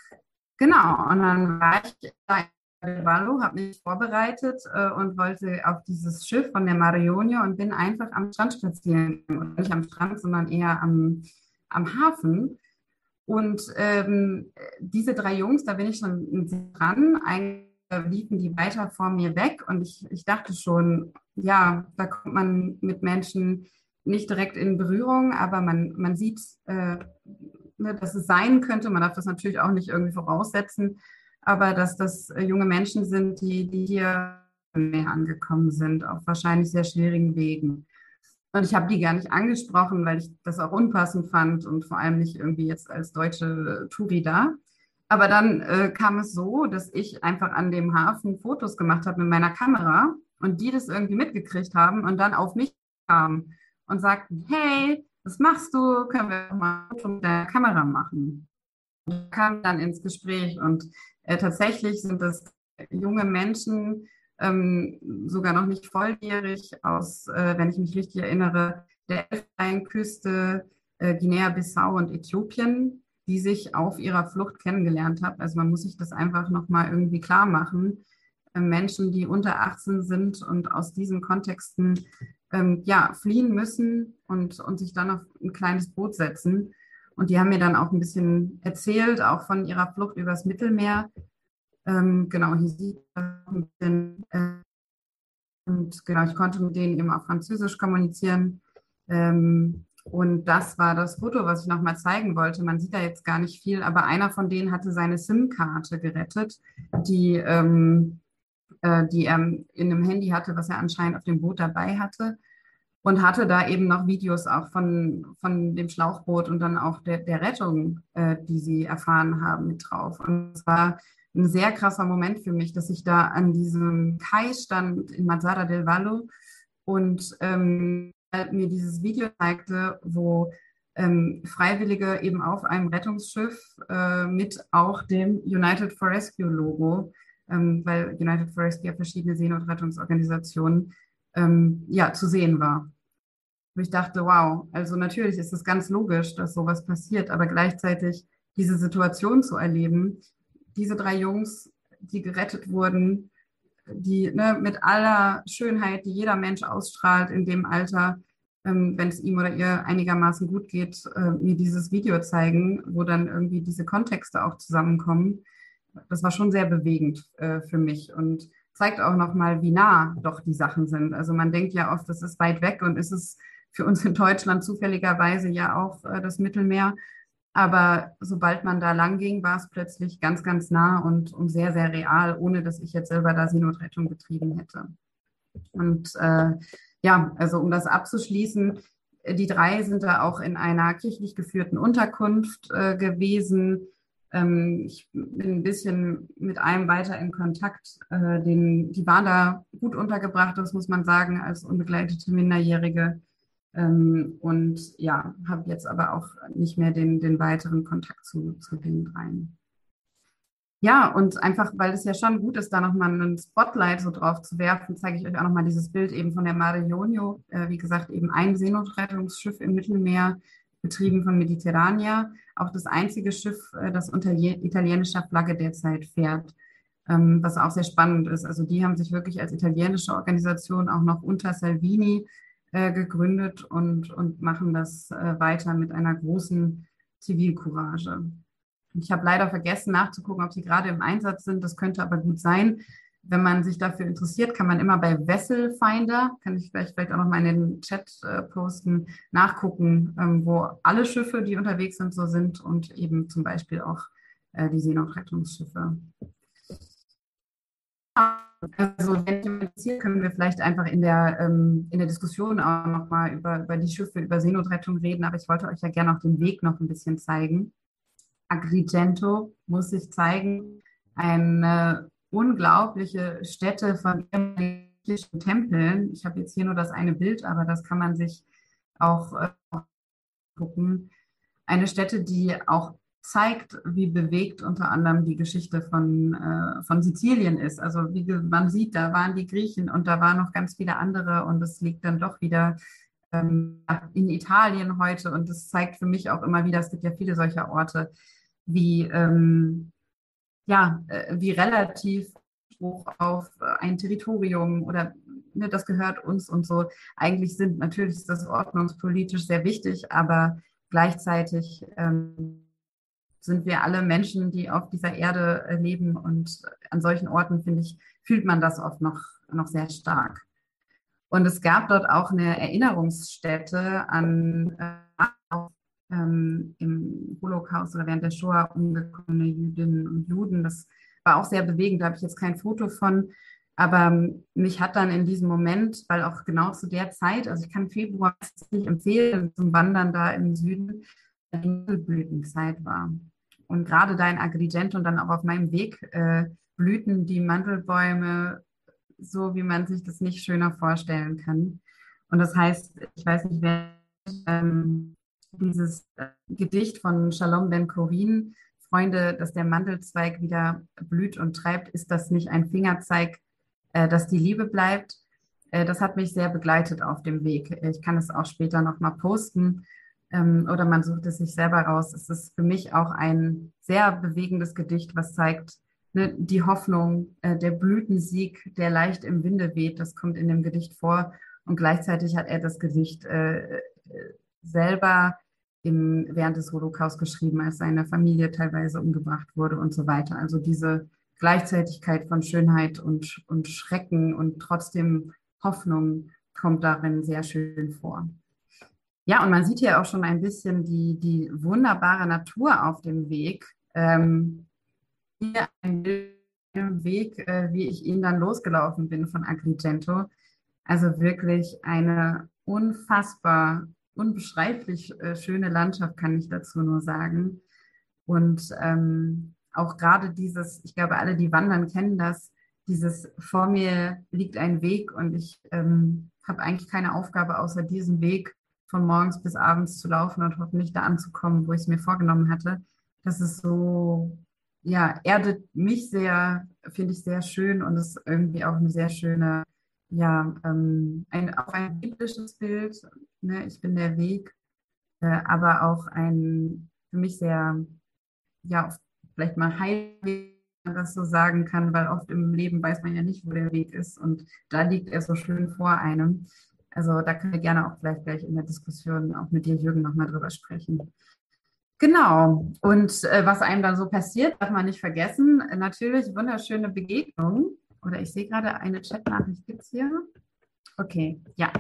Genau, und dann war ich da in Vallo, habe mich vorbereitet äh, und wollte auf dieses Schiff von der Mare Jonio und bin einfach am Strand spazieren. Und nicht am Strand, sondern eher am, am Hafen. Und ähm, diese drei Jungs, da bin ich schon dran, eigentlich liefen die weiter vor mir weg und ich, ich dachte schon, ja, da kommt man mit Menschen nicht direkt in Berührung, aber man, man sieht, äh, ne, dass es sein könnte. Man darf das natürlich auch nicht irgendwie voraussetzen, aber dass das äh, junge Menschen sind, die, die hier mehr angekommen sind, auf wahrscheinlich sehr schwierigen Wegen. Und ich habe die gar nicht angesprochen, weil ich das auch unpassend fand und vor allem nicht irgendwie jetzt als deutsche Touri da. Aber dann äh, kam es so, dass ich einfach an dem Hafen Fotos gemacht habe mit meiner Kamera und die das irgendwie mitgekriegt haben und dann auf mich kamen und sagten, hey, was machst du? Können wir mal ein Foto mit der Kamera machen? Und kam dann ins Gespräch und äh, tatsächlich sind das junge Menschen, ähm, sogar noch nicht volljährig, aus, äh, wenn ich mich richtig erinnere, der Elfenbeinküste, äh, Guinea-Bissau und Äthiopien, die sich auf ihrer Flucht kennengelernt haben. Also man muss sich das einfach nochmal irgendwie klar machen. Äh, Menschen, die unter achtzehn sind und aus diesen Kontexten ähm, ja, fliehen müssen und, und sich dann auf ein kleines Boot setzen. Und die haben mir dann auch ein bisschen erzählt, auch von ihrer Flucht übers Mittelmeer. Ähm, genau, hier sieht man ein bisschen, äh, und genau, ich konnte mit denen eben auf Französisch kommunizieren. Ähm, und das war das Foto, was ich nochmal zeigen wollte. Man sieht da jetzt gar nicht viel, aber einer von denen hatte seine SIM-Karte gerettet, die ähm, äh, die er in einem Handy hatte, was er anscheinend auf dem Boot dabei hatte. Und hatte da eben noch Videos auch von, von dem Schlauchboot und dann auch der, der Rettung, äh, die sie erfahren haben, mit drauf. Und es war ein sehr krasser Moment für mich, dass ich da an diesem Kai stand in Mazara del Vallo und ähm, mir dieses Video zeigte, wo ähm, Freiwillige eben auf einem Rettungsschiff äh, mit auch dem United for Rescue Logo, ähm, weil United for Rescue ja verschiedene Seenotrettungsorganisationen ähm, ja, zu sehen war. Und ich dachte, wow, also natürlich ist es ganz logisch, dass sowas passiert, aber gleichzeitig diese Situation zu erleben, diese drei Jungs, die gerettet wurden, die ne, mit aller Schönheit, die jeder Mensch ausstrahlt in dem Alter, ähm, wenn es ihm oder ihr einigermaßen gut geht, äh, mir dieses Video zeigen, wo dann irgendwie diese Kontexte auch zusammenkommen. Das war schon sehr bewegend äh, für mich und zeigt auch nochmal, wie nah doch die Sachen sind. Also man denkt ja oft, das ist weit weg und ist es für uns in Deutschland zufälligerweise ja auch äh, das Mittelmeer. Aber sobald man da lang ging, war es plötzlich ganz, ganz nah und, und sehr, sehr real, ohne dass ich jetzt selber da Seenotrettung betrieben hätte. Und äh, ja, also um das abzuschließen, die drei sind da auch in einer kirchlich geführten Unterkunft äh, gewesen. Ähm, ich bin ein bisschen mit einem weiter in Kontakt. Äh, den, die waren da gut untergebracht, das muss man sagen, als unbegleitete Minderjährige. Ähm, und ja, habe jetzt aber auch nicht mehr den, den weiteren Kontakt zu, zu den dreien. Ja, und einfach, weil es ja schon gut ist, da nochmal einen Spotlight so drauf zu werfen, zeige ich euch auch nochmal dieses Bild eben von der Mare Jonio. Äh, wie gesagt, eben ein Seenotrettungsschiff im Mittelmeer, betrieben von Mediterranea. Auch das einzige Schiff, äh, das unter italienischer Flagge derzeit fährt, ähm, was auch sehr spannend ist. Also die haben sich wirklich als italienische Organisation auch noch unter Salvini äh, gegründet und, und machen das äh, weiter mit einer großen Zivilcourage. Ich habe leider vergessen nachzugucken, ob sie gerade im Einsatz sind. Das könnte aber gut sein. Wenn man sich dafür interessiert, kann man immer bei Vessel Finder, kann ich vielleicht, vielleicht auch noch mal in den Chat äh, posten, nachgucken, ähm, wo alle Schiffe, die unterwegs sind, so sind und eben zum Beispiel auch äh, die Seenotrettungsschiffe. Also wenn dich interessiert, können wir vielleicht einfach in der, ähm, in der Diskussion auch noch mal über, über die Schiffe, über Seenotrettung reden. Aber ich wollte euch ja gerne auch den Weg noch ein bisschen zeigen. Agrigento muss sich zeigen, eine unglaubliche Stätte von ehemaligen Tempeln. Ich habe jetzt hier nur das eine Bild, aber das kann man sich auch äh, gucken. Eine Stätte, die auch zeigt, wie bewegt unter anderem die Geschichte von, äh, von Sizilien ist. Also wie man sieht, da waren die Griechen und da waren noch ganz viele andere und es liegt dann doch wieder ähm, in Italien heute und das zeigt für mich auch immer wieder, es gibt ja viele solcher Orte, wie, ähm, ja, äh, wie relativ Anspruch auf ein Territorium oder ne, das gehört uns und so. Eigentlich sind natürlich ist das ordnungspolitisch sehr wichtig, aber gleichzeitig ähm, sind wir alle Menschen, die auf dieser Erde äh, leben und an solchen Orten, finde ich, fühlt man das oft noch, noch sehr stark. Und es gab dort auch eine Erinnerungsstätte an äh, ähm, im Holocaust oder während der Shoah umgekommene Jüdinnen und Juden. Das war auch sehr bewegend, da habe ich jetzt kein Foto von. Aber mich hat dann in diesem Moment, weil auch genau zu der Zeit, also ich kann Februar nicht empfehlen zum Wandern da im Süden, die Mandelblütenzeit war. Und gerade da in Agrigento und dann auch auf meinem Weg äh, blühten die Mandelbäume so, wie man sich das nicht schöner vorstellen kann. Und das heißt, ich weiß nicht, wer ähm, dieses äh, Gedicht von Shalom Ben-Chorin, Freunde, dass der Mandelzweig wieder blüht und treibt, ist das nicht ein Fingerzeig, äh, dass die Liebe bleibt? Äh, das hat mich sehr begleitet auf dem Weg. Ich kann es auch später nochmal posten ähm, oder man sucht es sich selber raus. Es ist für mich auch ein sehr bewegendes Gedicht, was zeigt, ne, die Hoffnung, äh, der Blütensieg, der leicht im Winde weht, das kommt in dem Gedicht vor. Und gleichzeitig hat er das Gedicht äh, selber im, während des Holocaust geschrieben, als seine Familie teilweise umgebracht wurde und so weiter. Also diese Gleichzeitigkeit von Schönheit und, und Schrecken und trotzdem Hoffnung kommt darin sehr schön vor. Ja, und man sieht hier auch schon ein bisschen die, die wunderbare Natur auf dem Weg. Ähm, hier ein Bild dem Weg, äh, wie ich ihn dann losgelaufen bin von Agrigento. Also wirklich eine unfassbar, unbeschreiblich äh, schöne Landschaft, kann ich dazu nur sagen. Und ähm, auch gerade dieses, ich glaube, alle, die wandern, kennen das, dieses vor mir liegt ein Weg und ich ähm, habe eigentlich keine Aufgabe, außer diesen Weg von morgens bis abends zu laufen und hoffentlich da anzukommen, wo ich es mir vorgenommen hatte. Das ist so, ja, erdet mich sehr, finde ich sehr schön und ist irgendwie auch eine sehr schöne, ja, ähm, ein, auch ein biblisches Bild, ne? Ich bin der Weg, äh, aber auch ein für mich sehr, ja, vielleicht mal Heilweg, wenn man das so sagen kann, weil oft im Leben weiß man ja nicht, wo der Weg ist und da liegt er so schön vor einem. Also da können wir gerne auch vielleicht gleich in der Diskussion auch mit dir, Jürgen, nochmal drüber sprechen. Genau. Und äh, was einem dann so passiert, darf man nicht vergessen. Äh, natürlich wunderschöne Begegnungen. Oder ich sehe gerade eine Chatnachricht, gibt es hier? Okay, ja.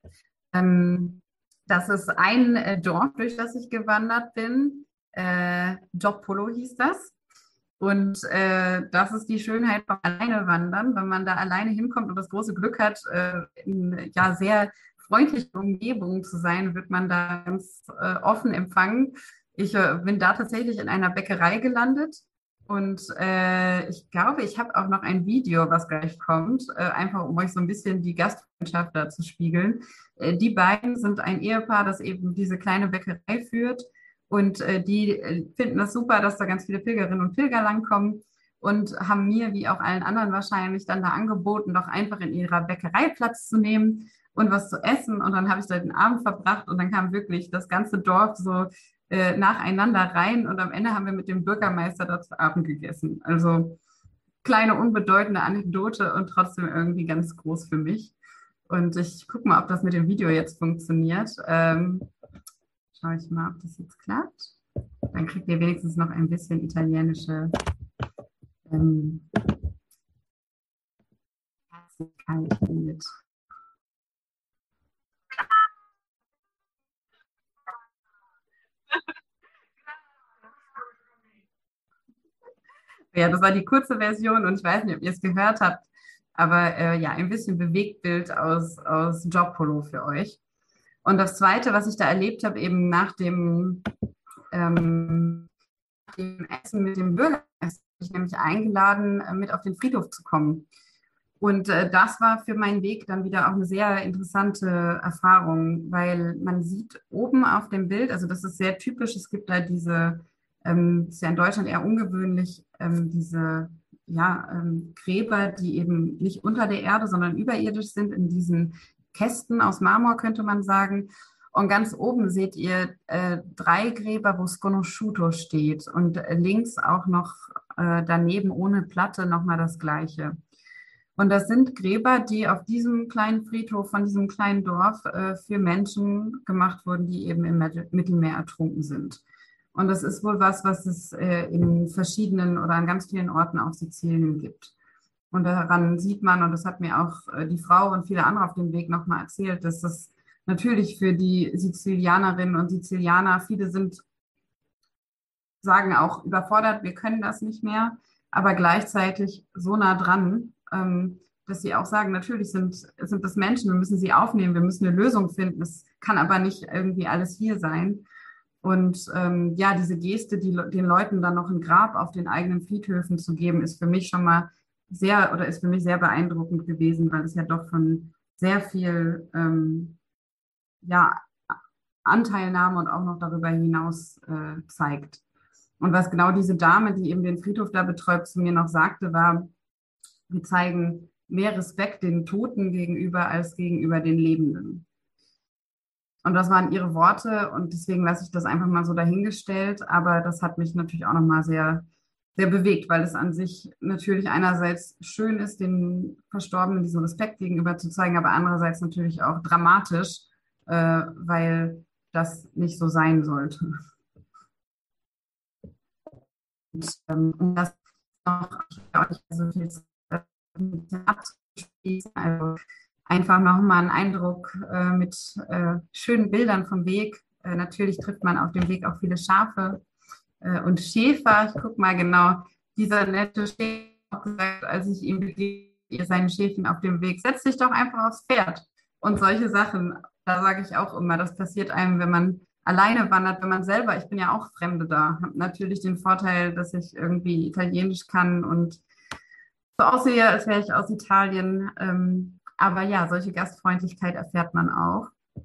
Ähm, das ist ein äh, Dorf, durch das ich gewandert bin. Äh, Joppolo hieß das. Und äh, das ist die Schönheit beim Alleine wandern, wenn man da alleine hinkommt und das große Glück hat, äh, in ja, sehr freundlichen Umgebungen zu sein, wird man da ganz äh, offen empfangen. Ich äh, bin da tatsächlich in einer Bäckerei gelandet und äh, ich glaube, ich habe auch noch ein Video, was gleich kommt, äh, einfach um euch so ein bisschen die Gastfreundschaft da zu spiegeln. Äh, die beiden sind ein Ehepaar, das eben diese kleine Bäckerei führt. Und äh, die äh, finden das super, dass da ganz viele Pilgerinnen und Pilger langkommen und haben mir, wie auch allen anderen wahrscheinlich, dann da angeboten, doch einfach in ihrer Bäckerei Platz zu nehmen und was zu essen. Und dann habe ich da den Abend verbracht und dann kam wirklich das ganze Dorf so äh, nacheinander rein und am Ende haben wir mit dem Bürgermeister da zu Abend gegessen. Also kleine, unbedeutende Anekdote und trotzdem irgendwie ganz groß für mich. Und ich gucke mal, ob das mit dem Video jetzt funktioniert. Ähm, Schaue ich mal, ob das jetzt klappt. Dann kriegt ihr wenigstens noch ein bisschen italienische ähm, Herzlichkeit mit. Ja, das war die kurze Version und ich weiß nicht, ob ihr es gehört habt, aber äh, ja, ein bisschen Bewegtbild aus, aus Joppolo für euch. Und das Zweite, was ich da erlebt habe, eben nach dem, ähm, dem Essen mit dem Bürgermeister, ich nämlich eingeladen, mit auf den Friedhof zu kommen. Und äh, das war für meinen Weg dann wieder auch eine sehr interessante Erfahrung, weil man sieht oben auf dem Bild, also das ist sehr typisch, es gibt da diese, ähm, ist ja in Deutschland eher ungewöhnlich, ähm, diese ja, ähm, Gräber, die eben nicht unter der Erde, sondern überirdisch sind, in diesen Kästen aus Marmor, könnte man sagen. Und ganz oben seht ihr äh, drei Gräber, wo Sconosciuto steht und äh, links auch noch äh, daneben ohne Platte nochmal das Gleiche. Und das sind Gräber, die auf diesem kleinen Friedhof von diesem kleinen Dorf äh, für Menschen gemacht wurden, die eben im Mittelmeer ertrunken sind. Und das ist wohl was, was es äh, in verschiedenen oder an ganz vielen Orten auf Sizilien gibt. Und daran sieht man, und das hat mir auch äh, die Frau und viele andere auf dem Weg nochmal erzählt, dass das natürlich für die Sizilianerinnen und Sizilianer, viele sind, sagen auch überfordert, wir können das nicht mehr, aber gleichzeitig so nah dran, ähm, dass sie auch sagen, natürlich sind, sind das Menschen, wir müssen sie aufnehmen, wir müssen eine Lösung finden, es kann aber nicht irgendwie alles hier sein. Und ähm, ja, diese Geste, die, den Leuten dann noch ein Grab auf den eigenen Friedhöfen zu geben, ist für mich schon mal sehr oder ist für mich sehr beeindruckend gewesen, weil es ja doch von sehr viel ähm, ja, Anteilnahme und auch noch darüber hinaus äh, zeigt. Und was genau diese Dame, die eben den Friedhof da betreut, zu mir noch sagte, war, wir zeigen mehr Respekt den Toten gegenüber als gegenüber den Lebenden. Und das waren ihre Worte und deswegen lasse ich das einfach mal so dahingestellt. Aber das hat mich natürlich auch nochmal sehr, sehr bewegt, weil es an sich natürlich einerseits schön ist, den Verstorbenen diesen Respekt gegenüber zu zeigen, aber andererseits natürlich auch dramatisch, äh, weil das nicht so sein sollte. Und ähm, um das noch, ich will auch nicht so viel abzuschließen, also einfach nochmal einen Eindruck äh, mit äh, schönen Bildern vom Weg. Äh, natürlich trifft man auf dem Weg auch viele Schafe äh, und Schäfer. Ich gucke mal genau, dieser nette Schäfer auch gesagt, als ich ihm begegne, ihr seinen Schäfchen auf dem Weg, setz dich doch einfach aufs Pferd. Und solche Sachen, da sage ich auch immer, das passiert einem, wenn man alleine wandert, wenn man selber, ich bin ja auch Fremde da, habe natürlich den Vorteil, dass ich irgendwie Italienisch kann und so aussehe, als wäre ich aus Italien. Ähm, aber ja, solche Gastfreundlichkeit erfährt man auch.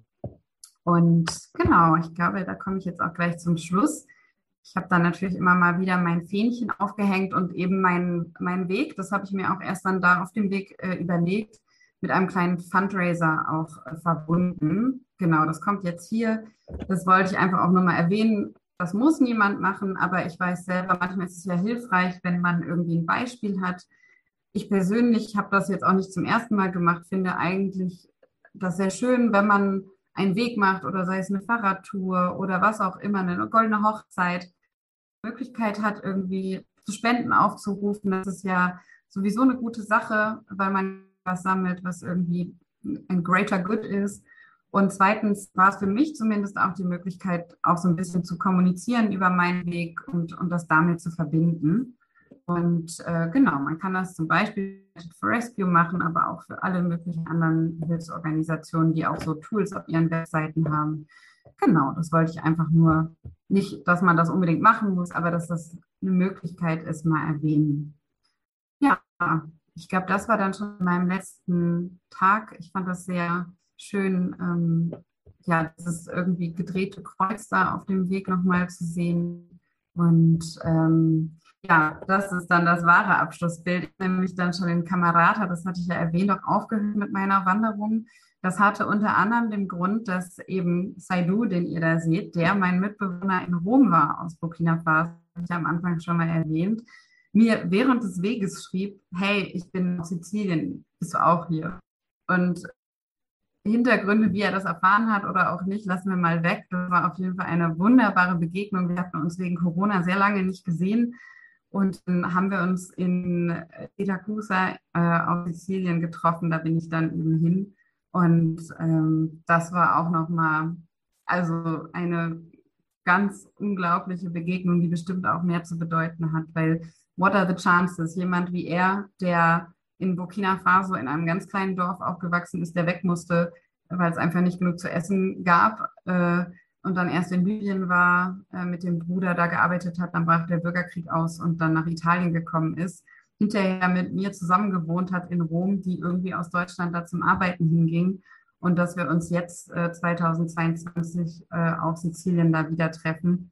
Und genau, ich glaube, da komme ich jetzt auch gleich zum Schluss. Ich habe dann natürlich immer mal wieder mein Fähnchen aufgehängt und eben meinen mein Weg, das habe ich mir auch erst dann da auf dem Weg äh, überlegt, mit einem kleinen Fundraiser auch äh, verbunden. Genau, das kommt jetzt hier. Das wollte ich einfach auch nur mal erwähnen. Das muss niemand machen, aber ich weiß selber, manchmal ist es ja hilfreich, wenn man irgendwie ein Beispiel hat. Ich persönlich habe das jetzt auch nicht zum ersten Mal gemacht, finde eigentlich das sehr schön, wenn man einen Weg macht oder sei es eine Fahrradtour oder was auch immer, eine goldene Hochzeit, Möglichkeit hat, irgendwie zu Spenden aufzurufen. Das ist ja sowieso eine gute Sache, weil man was sammelt, was irgendwie ein greater good ist. Und zweitens war es für mich zumindest auch die Möglichkeit, auch so ein bisschen zu kommunizieren über meinen Weg und, und das damit zu verbinden. Und äh, genau, man kann das zum Beispiel für Rescue machen, aber auch für alle möglichen anderen Hilfsorganisationen, die auch so Tools auf ihren Webseiten haben. Genau, das wollte ich einfach nur, nicht, dass man das unbedingt machen muss, aber dass das eine Möglichkeit ist, mal erwähnen. Ja, ich glaube, das war dann schon in meinem letzten Tag. Ich fand das sehr schön, ähm, ja, dieses irgendwie gedrehte Kreuz da auf dem Weg nochmal zu sehen. Und ähm, ja, das ist dann das wahre Abschlussbild, nämlich dann schon in Camerata, das hatte ich ja erwähnt, auch aufgehört mit meiner Wanderung. Das hatte unter anderem den Grund, dass eben Saidu, den ihr da seht, der mein Mitbewohner in Rom war aus Burkina Faso, habe ich ja am Anfang schon mal erwähnt, mir während des Weges schrieb, hey, ich bin auf Sizilien, bist du auch hier? Und Hintergründe, wie er das erfahren hat oder auch nicht, lassen wir mal weg. Das war auf jeden Fall eine wunderbare Begegnung. Wir hatten uns wegen Corona sehr lange nicht gesehen. Und dann haben wir uns in Siracusa äh, auf Sizilien getroffen. Da bin ich dann eben hin. Und ähm, das war auch nochmal, also eine ganz unglaubliche Begegnung, die bestimmt auch mehr zu bedeuten hat, weil what are the chances? Jemand wie er, der in Burkina Faso in einem ganz kleinen Dorf aufgewachsen ist, der weg musste, weil es einfach nicht genug zu essen gab, äh, und dann erst in Libyen war, äh, mit dem Bruder da gearbeitet hat, dann brach der Bürgerkrieg aus und dann nach Italien gekommen ist, hinterher mit mir zusammen gewohnt hat in Rom, die irgendwie aus Deutschland da zum Arbeiten hinging und dass wir uns jetzt äh, zweitausendzweiundzwanzig äh, auf Sizilien da wieder treffen.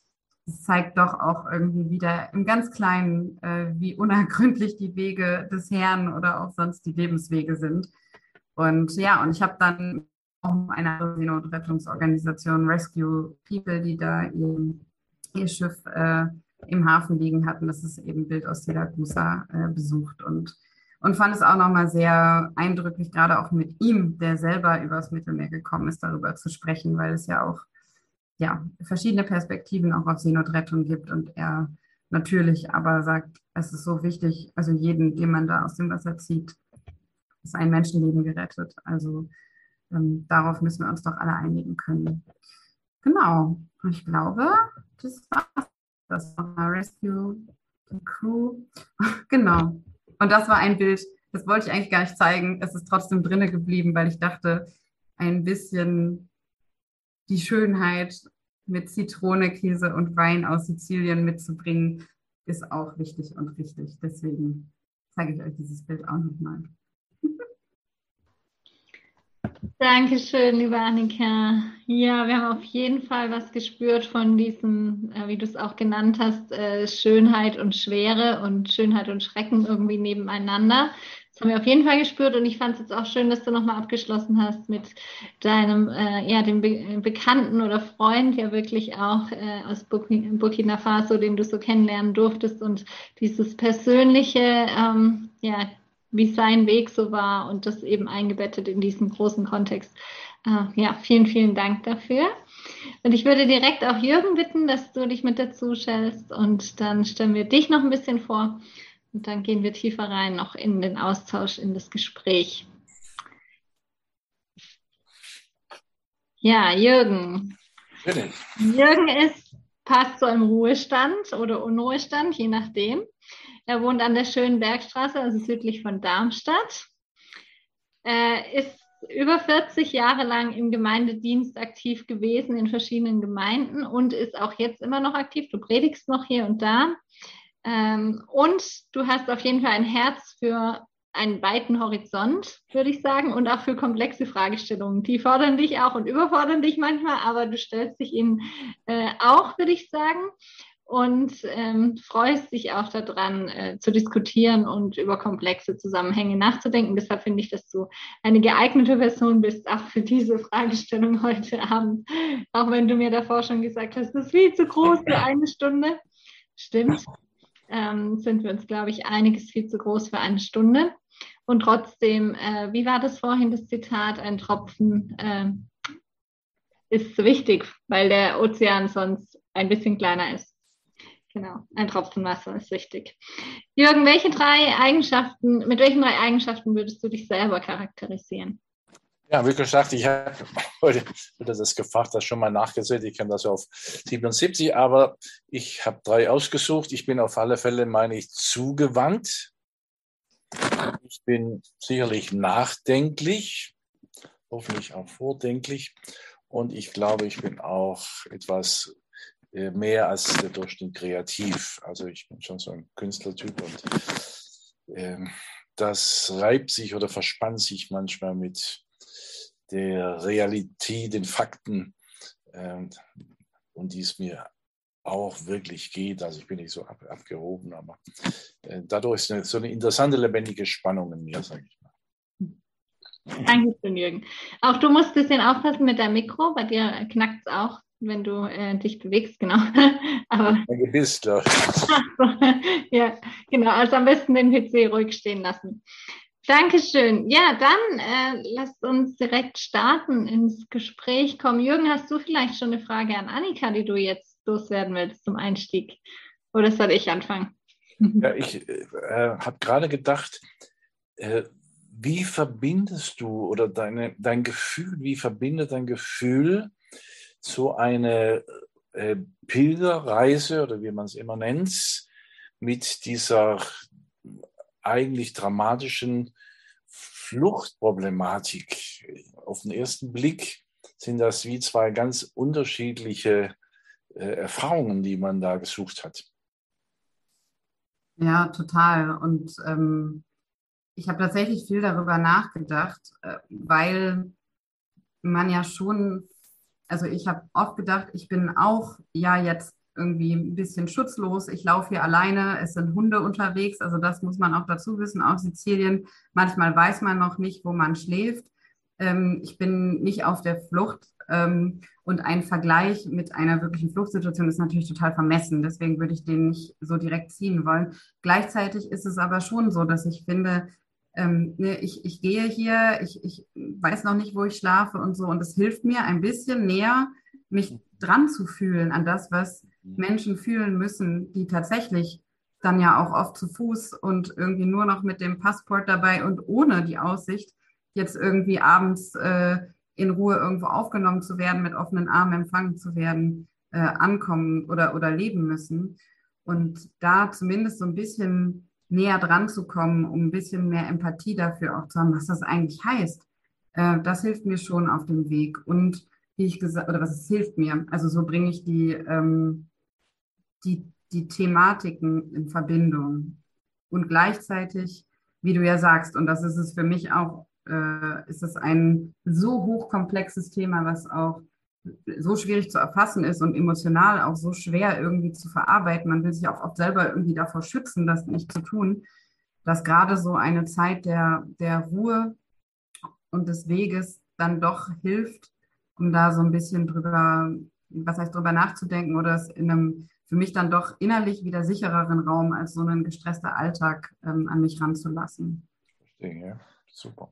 Das zeigt doch auch irgendwie wieder im ganz Kleinen, äh, wie unergründlich die Wege des Herrn oder auch sonst die Lebenswege sind. Und ja, und ich habe dann auch eine andere Seenotrettungsorganisation, Rescue People, die da ihr, ihr Schiff äh, im Hafen liegen hatten. Das ist eben Bild aus Siracusa äh, besucht und, und fand es auch nochmal sehr eindrücklich, gerade auch mit ihm, der selber übers Mittelmeer gekommen ist, darüber zu sprechen, weil es ja auch ja, verschiedene Perspektiven auch auf Seenotrettung gibt und er natürlich aber sagt, es ist so wichtig, also jeden, den man da aus dem Wasser zieht, ist ein Menschenleben gerettet. Also ähm, darauf müssen wir uns doch alle einigen können. Genau. Und ich glaube, das war's. Das war Rescue Crew. Genau. Und das war ein Bild, das wollte ich eigentlich gar nicht zeigen. Es ist trotzdem drinne geblieben, weil ich dachte, ein bisschen die Schönheit mit Zitrone, Käse und Wein aus Sizilien mitzubringen, ist auch wichtig und richtig. Deswegen zeige ich euch dieses Bild auch nochmal. Dankeschön, liebe Annika. Ja, wir haben auf jeden Fall was gespürt von diesem, äh, wie du es auch genannt hast, äh, Schönheit und Schwere und Schönheit und Schrecken irgendwie nebeneinander. Das haben wir auf jeden Fall gespürt und ich fand es jetzt auch schön, dass du nochmal abgeschlossen hast mit deinem, äh, ja, dem Be Bekannten oder Freund, ja wirklich auch äh, aus Burkina, Burkina Faso, den du so kennenlernen durftest und dieses persönliche, ähm, ja, wie sein Weg so war und das eben eingebettet in diesen großen Kontext. Äh, ja, vielen, vielen Dank dafür. Und ich würde direkt auch Jürgen bitten, dass du dich mit dazu stellst und dann stellen wir dich noch ein bisschen vor und dann gehen wir tiefer rein noch in den Austausch, in das Gespräch. Ja, Jürgen. Bitte. Jürgen ist, passt so im Ruhestand oder Unruhestand, je nachdem. Er wohnt an der Schönen Bergstraße, also südlich von Darmstadt. Er ist über vierzig Jahre lang im Gemeindedienst aktiv gewesen in verschiedenen Gemeinden und ist auch jetzt immer noch aktiv. Du predigst noch hier und da. Und du hast auf jeden Fall ein Herz für einen weiten Horizont, würde ich sagen, und auch für komplexe Fragestellungen. Die fordern dich auch und überfordern dich manchmal, aber du stellst dich ihnen äh, auch, würde ich sagen, und ähm, freust dich auch daran, äh, zu diskutieren und über komplexe Zusammenhänge nachzudenken. Deshalb finde ich, dass du eine geeignete Person bist, auch für diese Fragestellung heute Abend. Auch wenn du mir davor schon gesagt hast, das ist viel zu groß für eine Stunde. Stimmt. Ähm, sind wir uns, glaube ich, einiges viel zu groß für eine Stunde. Und trotzdem, äh, wie war das vorhin, das Zitat, ein Tropfen äh, ist wichtig, weil der Ozean sonst ein bisschen kleiner ist. Genau, ein Tropfen Wasser ist wichtig. Jürgen, welche drei Eigenschaften, mit welchen drei Eigenschaften würdest du dich selber charakterisieren? Ja, wie gesagt, ich habe heute das gefragt, das schon mal nachgesehen. Ich kenne das auf siebenundsiebzig, aber ich habe drei ausgesucht. Ich bin auf alle Fälle, meine ich, zugewandt. Ich bin sicherlich nachdenklich, hoffentlich auch vordenklich. Und ich glaube, ich bin auch etwas mehr als der Durchschnitt kreativ. Also ich bin schon so ein Künstlertyp und äh, das reibt sich oder verspannt sich manchmal mit der Realität, den Fakten äh, und die es mir auch wirklich geht. Also ich bin nicht so ab, abgehoben, aber äh, dadurch ist eine, so eine interessante, lebendige Spannung in mir, sage ich mal. Dankeschön, Jürgen. Auch du musst ein bisschen aufpassen mit deinem Mikro, bei dir knackt es auch, wenn du äh, dich bewegst, genau. Aber ein Gebiss, glaube ich. Ja, genau. Also am besten den P C ruhig stehen lassen. Dankeschön. Ja, dann äh, lasst uns direkt starten, ins Gespräch kommen. Jürgen, hast du vielleicht schon eine Frage an Annika, die du jetzt loswerden willst zum Einstieg? Oder soll ich anfangen? Ja, ich äh, habe gerade gedacht, äh, wie verbindest du oder deine, dein Gefühl, wie verbindet dein Gefühl so eine äh, Pilgerreise oder wie man es immer nennt, mit dieser eigentlich dramatischen Fluchtproblematik? Auf den ersten Blick sind das wie zwei ganz unterschiedliche äh, Erfahrungen, die man da gesucht hat. Ja, total. Und ähm, ich habe tatsächlich viel darüber nachgedacht, äh, weil man ja schon, also ich habe oft gedacht, ich bin auch ja jetzt irgendwie ein bisschen schutzlos. Ich laufe hier alleine, es sind Hunde unterwegs, also das muss man auch dazu wissen, auf Sizilien. Manchmal weiß man noch nicht, wo man schläft. Ähm, ich bin nicht auf der Flucht ähm, und ein Vergleich mit einer wirklichen Fluchtsituation ist natürlich total vermessen. Deswegen würde ich den nicht so direkt ziehen wollen. Gleichzeitig ist es aber schon so, dass ich finde, ähm, ne, ich, ich gehe hier, ich, ich weiß noch nicht, wo ich schlafe und so. Und es hilft mir ein bisschen näher, mich dran zu fühlen an das, was Menschen fühlen müssen, die tatsächlich dann ja auch oft zu Fuß und irgendwie nur noch mit dem Passport dabei und ohne die Aussicht, jetzt irgendwie abends äh, in Ruhe irgendwo aufgenommen zu werden, mit offenen Armen empfangen zu werden, äh, ankommen oder, oder leben müssen. Und da zumindest so ein bisschen näher dran zu kommen, um ein bisschen mehr Empathie dafür auch zu haben, was das eigentlich heißt. Äh, das hilft mir schon auf dem Weg. Und wie ich gesagt, oder was es hilft mir, also so bringe ich die, ähm, die, die Thematiken in Verbindung. Und gleichzeitig, wie du ja sagst, und das ist es für mich auch, äh, ist es ein so hochkomplexes Thema, was auch so schwierig zu erfassen ist und emotional auch so schwer irgendwie zu verarbeiten. Man will sich auch oft selber irgendwie davor schützen, das nicht zu tun, dass gerade so eine Zeit der, der Ruhe und des Weges dann doch hilft, um da so ein bisschen drüber, was heißt drüber nachzudenken oder es in einem für mich dann doch innerlich wieder sichereren Raum als so ein gestresster Alltag ähm, an mich ranzulassen. Verstehe, ja. Super.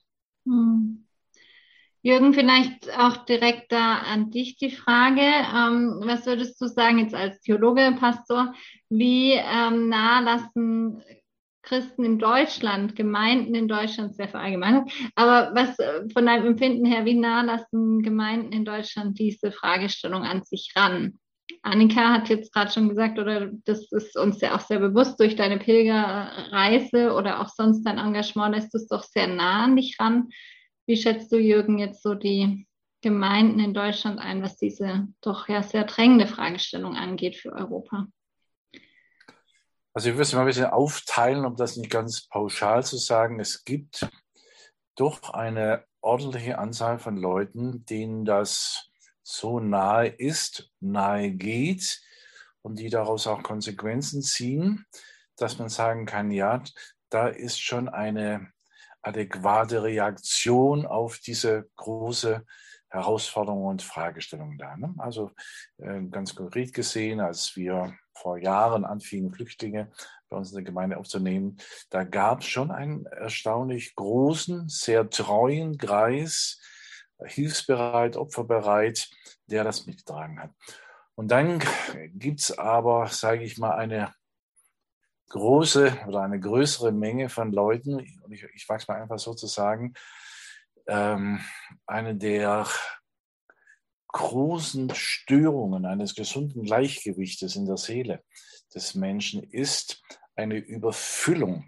Hm. Jürgen, vielleicht auch direkt da an dich die Frage. Ähm, was würdest du sagen jetzt als Theologe, Pastor, wie ähm, nah lassen Christen in Deutschland, Gemeinden in Deutschland, sehr verallgemeinert, aber was äh, von deinem Empfinden her, wie nah lassen Gemeinden in Deutschland diese Fragestellung an sich ran? Annika hat jetzt gerade schon gesagt, oder das ist uns ja auch sehr bewusst durch deine Pilgerreise oder auch sonst dein Engagement, lässt es doch sehr nah an dich ran. Wie schätzt du, Jürgen, jetzt so die Gemeinden in Deutschland ein, was diese doch ja sehr drängende Fragestellung angeht für Europa? Also ich würde es mal ein bisschen aufteilen, um das nicht ganz pauschal zu sagen. Es gibt doch eine ordentliche Anzahl von Leuten, denen das so nahe ist, nahe geht und die daraus auch Konsequenzen ziehen, dass man sagen kann, ja, da ist schon eine adäquate Reaktion auf diese große Herausforderung und Fragestellung da. Ne? Also äh, ganz konkret gesehen, als wir vor Jahren anfingen, Flüchtlinge bei uns in der Gemeinde aufzunehmen, da gab es schon einen erstaunlich großen, sehr treuen Kreis, hilfsbereit, opferbereit, der das mitgetragen hat. Und dann gibt es aber, sage ich mal, eine große oder eine größere Menge von Leuten, und ich, ich wage es mal einfach so zu sagen, ähm, eine der großen Störungen eines gesunden Gleichgewichtes in der Seele des Menschen ist eine Überfüllung.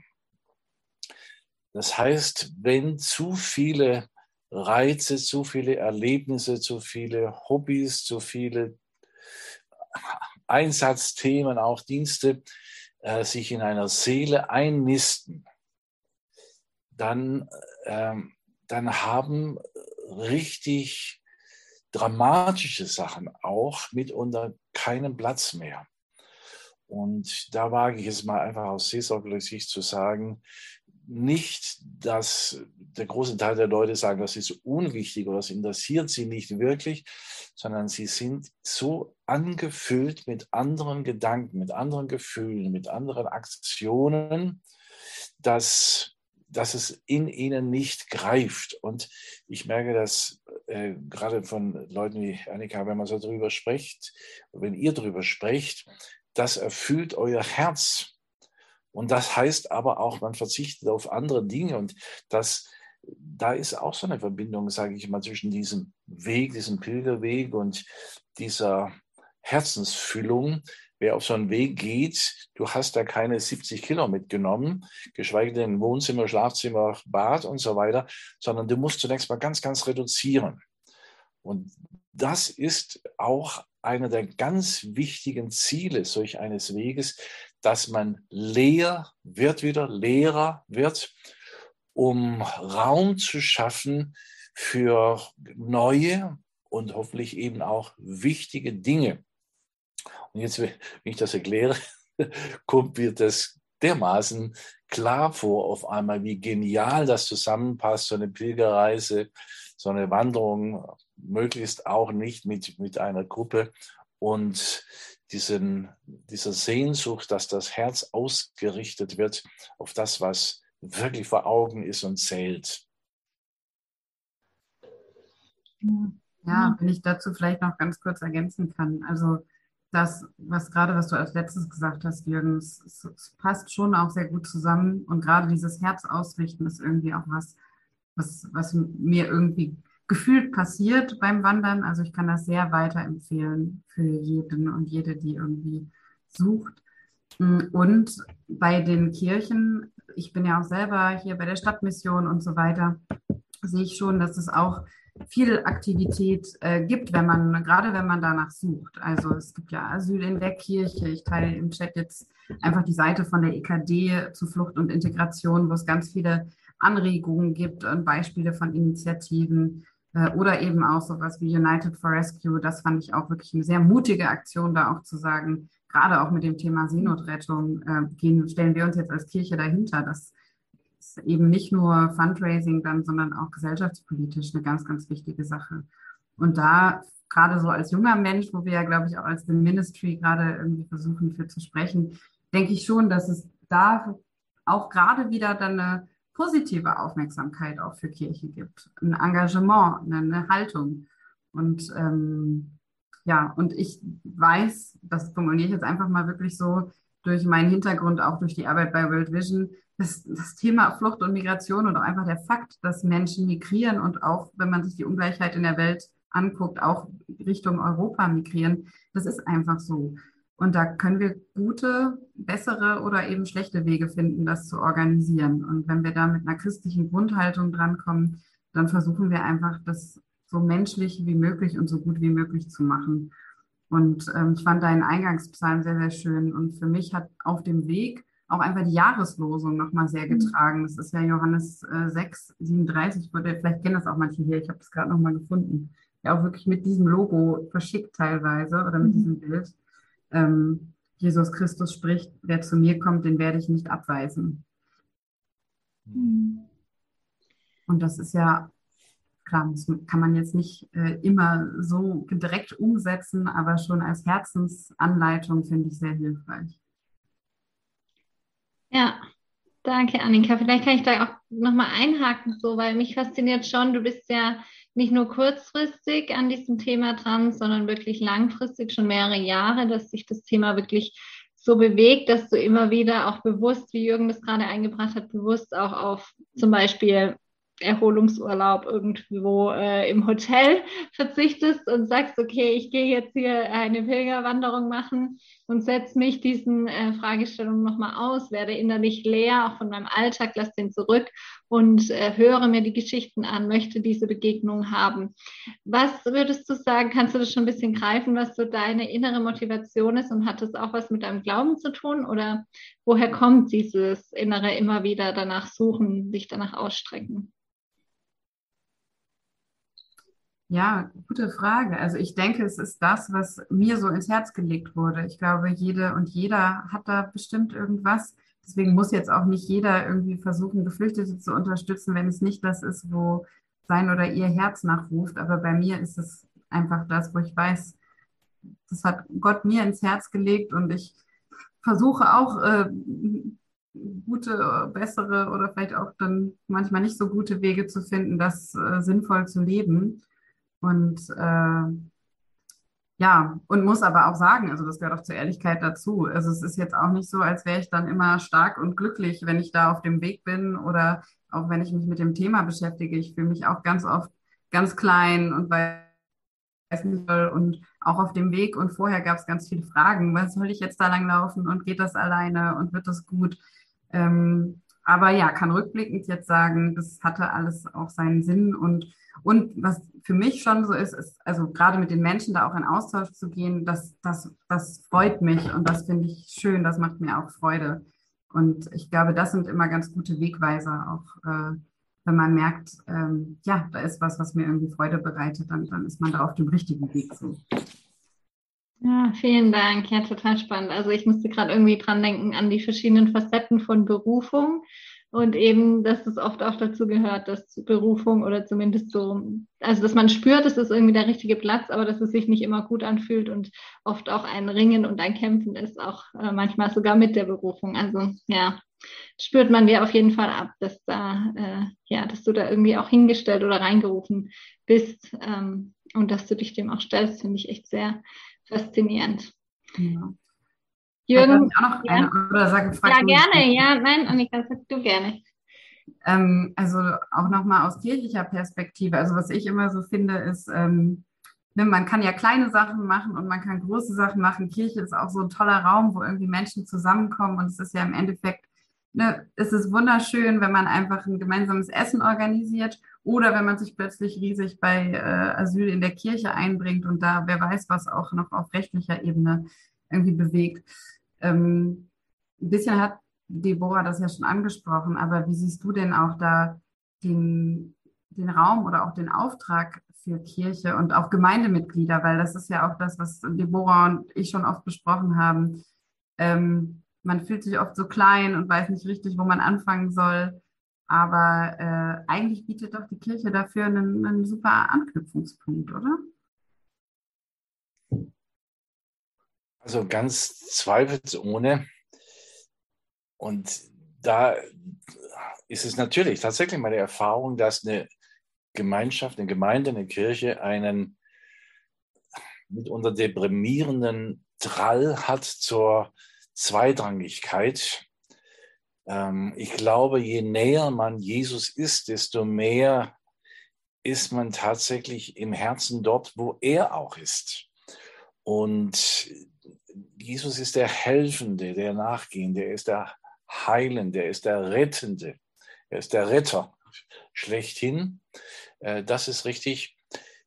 Das heißt, wenn zu viele Reize, zu viele Erlebnisse, zu viele Hobbys, zu viele Einsatzthemen, auch Dienste, äh, sich in einer Seele einnisten, dann, äh, dann haben richtig dramatische Sachen auch mitunter keinen Platz mehr. Und da wage ich es mal einfach aus seelsorgerlicher Sicht zu sagen, nicht, dass der große Teil der Leute sagen, das ist unwichtig oder das interessiert sie nicht wirklich, sondern sie sind so angefüllt mit anderen Gedanken, mit anderen Gefühlen, mit anderen Aktionen, dass, dass es in ihnen nicht greift. Und ich merke das äh, gerade von Leuten wie Annika, wenn man so drüber spricht, wenn ihr drüber sprecht, das erfüllt euer Herz. Und das heißt aber auch, man verzichtet auf andere Dinge. Und das, da ist auch so eine Verbindung, sage ich mal, zwischen diesem Weg, diesem Pilgerweg und dieser Herzensfüllung. Wer auf so einen Weg geht, du hast da keine siebzig Kilo mitgenommen, geschweige denn Wohnzimmer, Schlafzimmer, Bad und so weiter, sondern du musst zunächst mal ganz, ganz reduzieren. Und das ist auch einer der ganz wichtigen Ziele solch eines Weges, dass man leer wird wieder, leerer wird, um Raum zu schaffen für neue und hoffentlich eben auch wichtige Dinge. Und jetzt, wenn ich das erkläre, kommt mir das dermaßen klar vor auf einmal, wie genial das zusammenpasst, so eine Pilgerreise, so eine Wanderung, möglichst auch nicht mit, mit einer Gruppe und diesen, dieser Sehnsucht, dass das Herz ausgerichtet wird auf das, was wirklich vor Augen ist und zählt. Ja, wenn ich dazu vielleicht noch ganz kurz ergänzen kann. Also das, was gerade, was du als letztes gesagt hast, Jürgen, es, es passt schon auch sehr gut zusammen. Und gerade dieses Herz ausrichten ist irgendwie auch was, was, was mir irgendwie gefühlt passiert beim Wandern. Also ich kann das sehr weiterempfehlen für jeden und jede, die irgendwie sucht. Und bei den Kirchen, ich bin ja auch selber hier bei der Stadtmission und so weiter, sehe ich schon, dass es auch viel Aktivität äh, gibt, wenn man, gerade wenn man danach sucht. Also es gibt ja Asyl in der Kirche. Ich teile im Chat jetzt einfach die Seite von der E K D zu Flucht und Integration, wo es ganz viele Anregungen gibt und Beispiele von Initiativen äh, oder eben auch sowas wie United for Rescue. Das fand ich auch wirklich eine sehr mutige Aktion, da auch zu sagen, gerade auch mit dem Thema Seenotrettung äh, gehen, stellen wir uns jetzt als Kirche dahinter, dass eben nicht nur Fundraising dann, sondern auch gesellschaftspolitisch eine ganz, ganz wichtige Sache. Und da, gerade so als junger Mensch, wo wir ja, glaube ich, auch als The Ministry gerade irgendwie versuchen, für zu sprechen, denke ich schon, dass es da auch gerade wieder dann eine positive Aufmerksamkeit auch für Kirche gibt. Ein Engagement, eine, eine Haltung. Und ähm, ja, und ich weiß, das formuliere ich jetzt einfach mal wirklich so, durch meinen Hintergrund, auch durch die Arbeit bei World Vision, das, das Thema Flucht und Migration und auch einfach der Fakt, dass Menschen migrieren und auch, wenn man sich die Ungleichheit in der Welt anguckt, auch Richtung Europa migrieren. Das ist einfach so. Und da können wir gute, bessere oder eben schlechte Wege finden, das zu organisieren. Und wenn wir da mit einer christlichen Grundhaltung drankommen, dann versuchen wir einfach, das so menschlich wie möglich und so gut wie möglich zu machen. Und ähm, ich fand deinen Eingangspsalm sehr, sehr schön. Und für mich hat auf dem Weg auch einfach die Jahreslosung nochmal sehr getragen. Das ist ja Johannes äh, sechs, siebenunddreißig, wurde, vielleicht kennen das auch manche hier, ich habe das gerade nochmal gefunden. Ja, auch wirklich mit diesem Logo verschickt teilweise oder mit mhm. diesem Bild. Ähm, Jesus Christus spricht, wer zu mir kommt, den werde ich nicht abweisen. Mhm. Und das ist ja, klar, das kann man jetzt nicht äh, immer so direkt umsetzen, aber schon als Herzensanleitung finde ich sehr hilfreich. Ja, danke, Annika. Vielleicht kann ich da auch nochmal einhaken, so, weil mich fasziniert schon, du bist ja nicht nur kurzfristig an diesem Thema dran, sondern wirklich langfristig, schon mehrere Jahre, dass sich das Thema wirklich so bewegt, dass du immer wieder auch bewusst, wie Jürgen das gerade eingebracht hat, bewusst auch auf zum Beispiel Erholungsurlaub irgendwo äh, im Hotel verzichtest und sagst, okay, ich gehe jetzt hier eine Pilgerwanderung machen und setze mich diesen äh, Fragestellungen nochmal aus, werde innerlich leer, auch von meinem Alltag, lass den zurück und äh, höre mir die Geschichten an, möchte diese Begegnung haben. Was würdest du sagen, kannst du das schon ein bisschen greifen, was so deine innere Motivation ist und hat das auch was mit deinem Glauben zu tun oder woher kommt dieses innere immer wieder danach suchen, sich danach ausstrecken? Ja, gute Frage. Also ich denke, es ist das, was mir so ins Herz gelegt wurde. Ich glaube, jede und jeder hat da bestimmt irgendwas. Deswegen muss jetzt auch nicht jeder irgendwie versuchen, Geflüchtete zu unterstützen, wenn es nicht das ist, wo sein oder ihr Herz nachruft. Aber bei mir ist es einfach das, wo ich weiß, das hat Gott mir ins Herz gelegt und ich versuche auch äh, gute, bessere oder vielleicht auch dann manchmal nicht so gute Wege zu finden, das äh, sinnvoll zu leben. Und äh, ja, und muss aber auch sagen, also das gehört auch zur Ehrlichkeit dazu. Also es ist jetzt auch nicht so, als wäre ich dann immer stark und glücklich, wenn ich da auf dem Weg bin oder auch wenn ich mich mit dem Thema beschäftige. Ich fühle mich auch ganz oft ganz klein und weiß nicht, und auch auf dem Weg und vorher gab es ganz viele Fragen. Was soll ich jetzt da lang laufen und geht das alleine und wird das gut? Ähm, aber ja, kann rückblickend jetzt sagen, das hatte alles auch seinen Sinn und Und was für mich schon so ist, ist, also gerade mit den Menschen da auch in Austausch zu gehen, das, das, das freut mich und das finde ich schön, das macht mir auch Freude. Und ich glaube, das sind immer ganz gute Wegweiser, auch äh, wenn man merkt, ähm, ja, da ist was, was mir irgendwie Freude bereitet, dann, dann ist man da auf dem richtigen Weg so. Ja, vielen Dank. Ja, total spannend. Also ich musste gerade irgendwie dran denken an die verschiedenen Facetten von Berufung. Und eben, dass es oft auch dazu gehört, dass Berufung oder zumindest so, also dass man spürt, es ist irgendwie der richtige Platz, aber dass es sich nicht immer gut anfühlt und oft auch ein Ringen und ein Kämpfen ist, auch äh, manchmal sogar mit der Berufung. Also ja, spürt man dir auf jeden Fall ab, dass da, äh, ja, dass du da irgendwie auch hingestellt oder reingerufen bist ähm, und dass du dich dem auch stellst, finde ich echt sehr faszinierend. Ja. Jürgen, auch noch eine, ja, oder sag, ja gerne, ja, nein, Annika, sag du gerne. Ähm, also auch nochmal aus kirchlicher Perspektive. Also was ich immer so finde, ist, ähm, ne, man kann ja kleine Sachen machen und man kann große Sachen machen. Kirche ist auch so ein toller Raum, wo irgendwie Menschen zusammenkommen und es ist ja im Endeffekt, ne, es ist wunderschön, wenn man einfach ein gemeinsames Essen organisiert oder wenn man sich plötzlich riesig bei äh, Asyl in der Kirche einbringt und da wer weiß, was auch noch auf rechtlicher Ebene irgendwie bewegt. Ähm, ein bisschen hat Deborah das ja schon angesprochen, aber wie siehst du denn auch da den, den Raum oder auch den Auftrag für Kirche und auch Gemeindemitglieder, weil das ist ja auch das, was Deborah und ich schon oft besprochen haben. Ähm, man fühlt sich oft so klein und weiß nicht richtig, wo man anfangen soll, aber äh, eigentlich bietet doch die Kirche dafür einen, einen super Anknüpfungspunkt, oder? Also ganz zweifelsohne. Und da ist es natürlich tatsächlich meine Erfahrung, dass eine Gemeinschaft, eine Gemeinde, eine Kirche einen mitunter deprimierenden Drall hat zur Zweitrangigkeit. Ähm, ich glaube, je näher man Jesus ist, desto mehr ist man tatsächlich im Herzen dort, wo er auch ist. Und Jesus ist der Helfende, der Nachgehende, er ist der Heilende, er ist der Rettende, er ist der Retter schlechthin. Das ist richtig.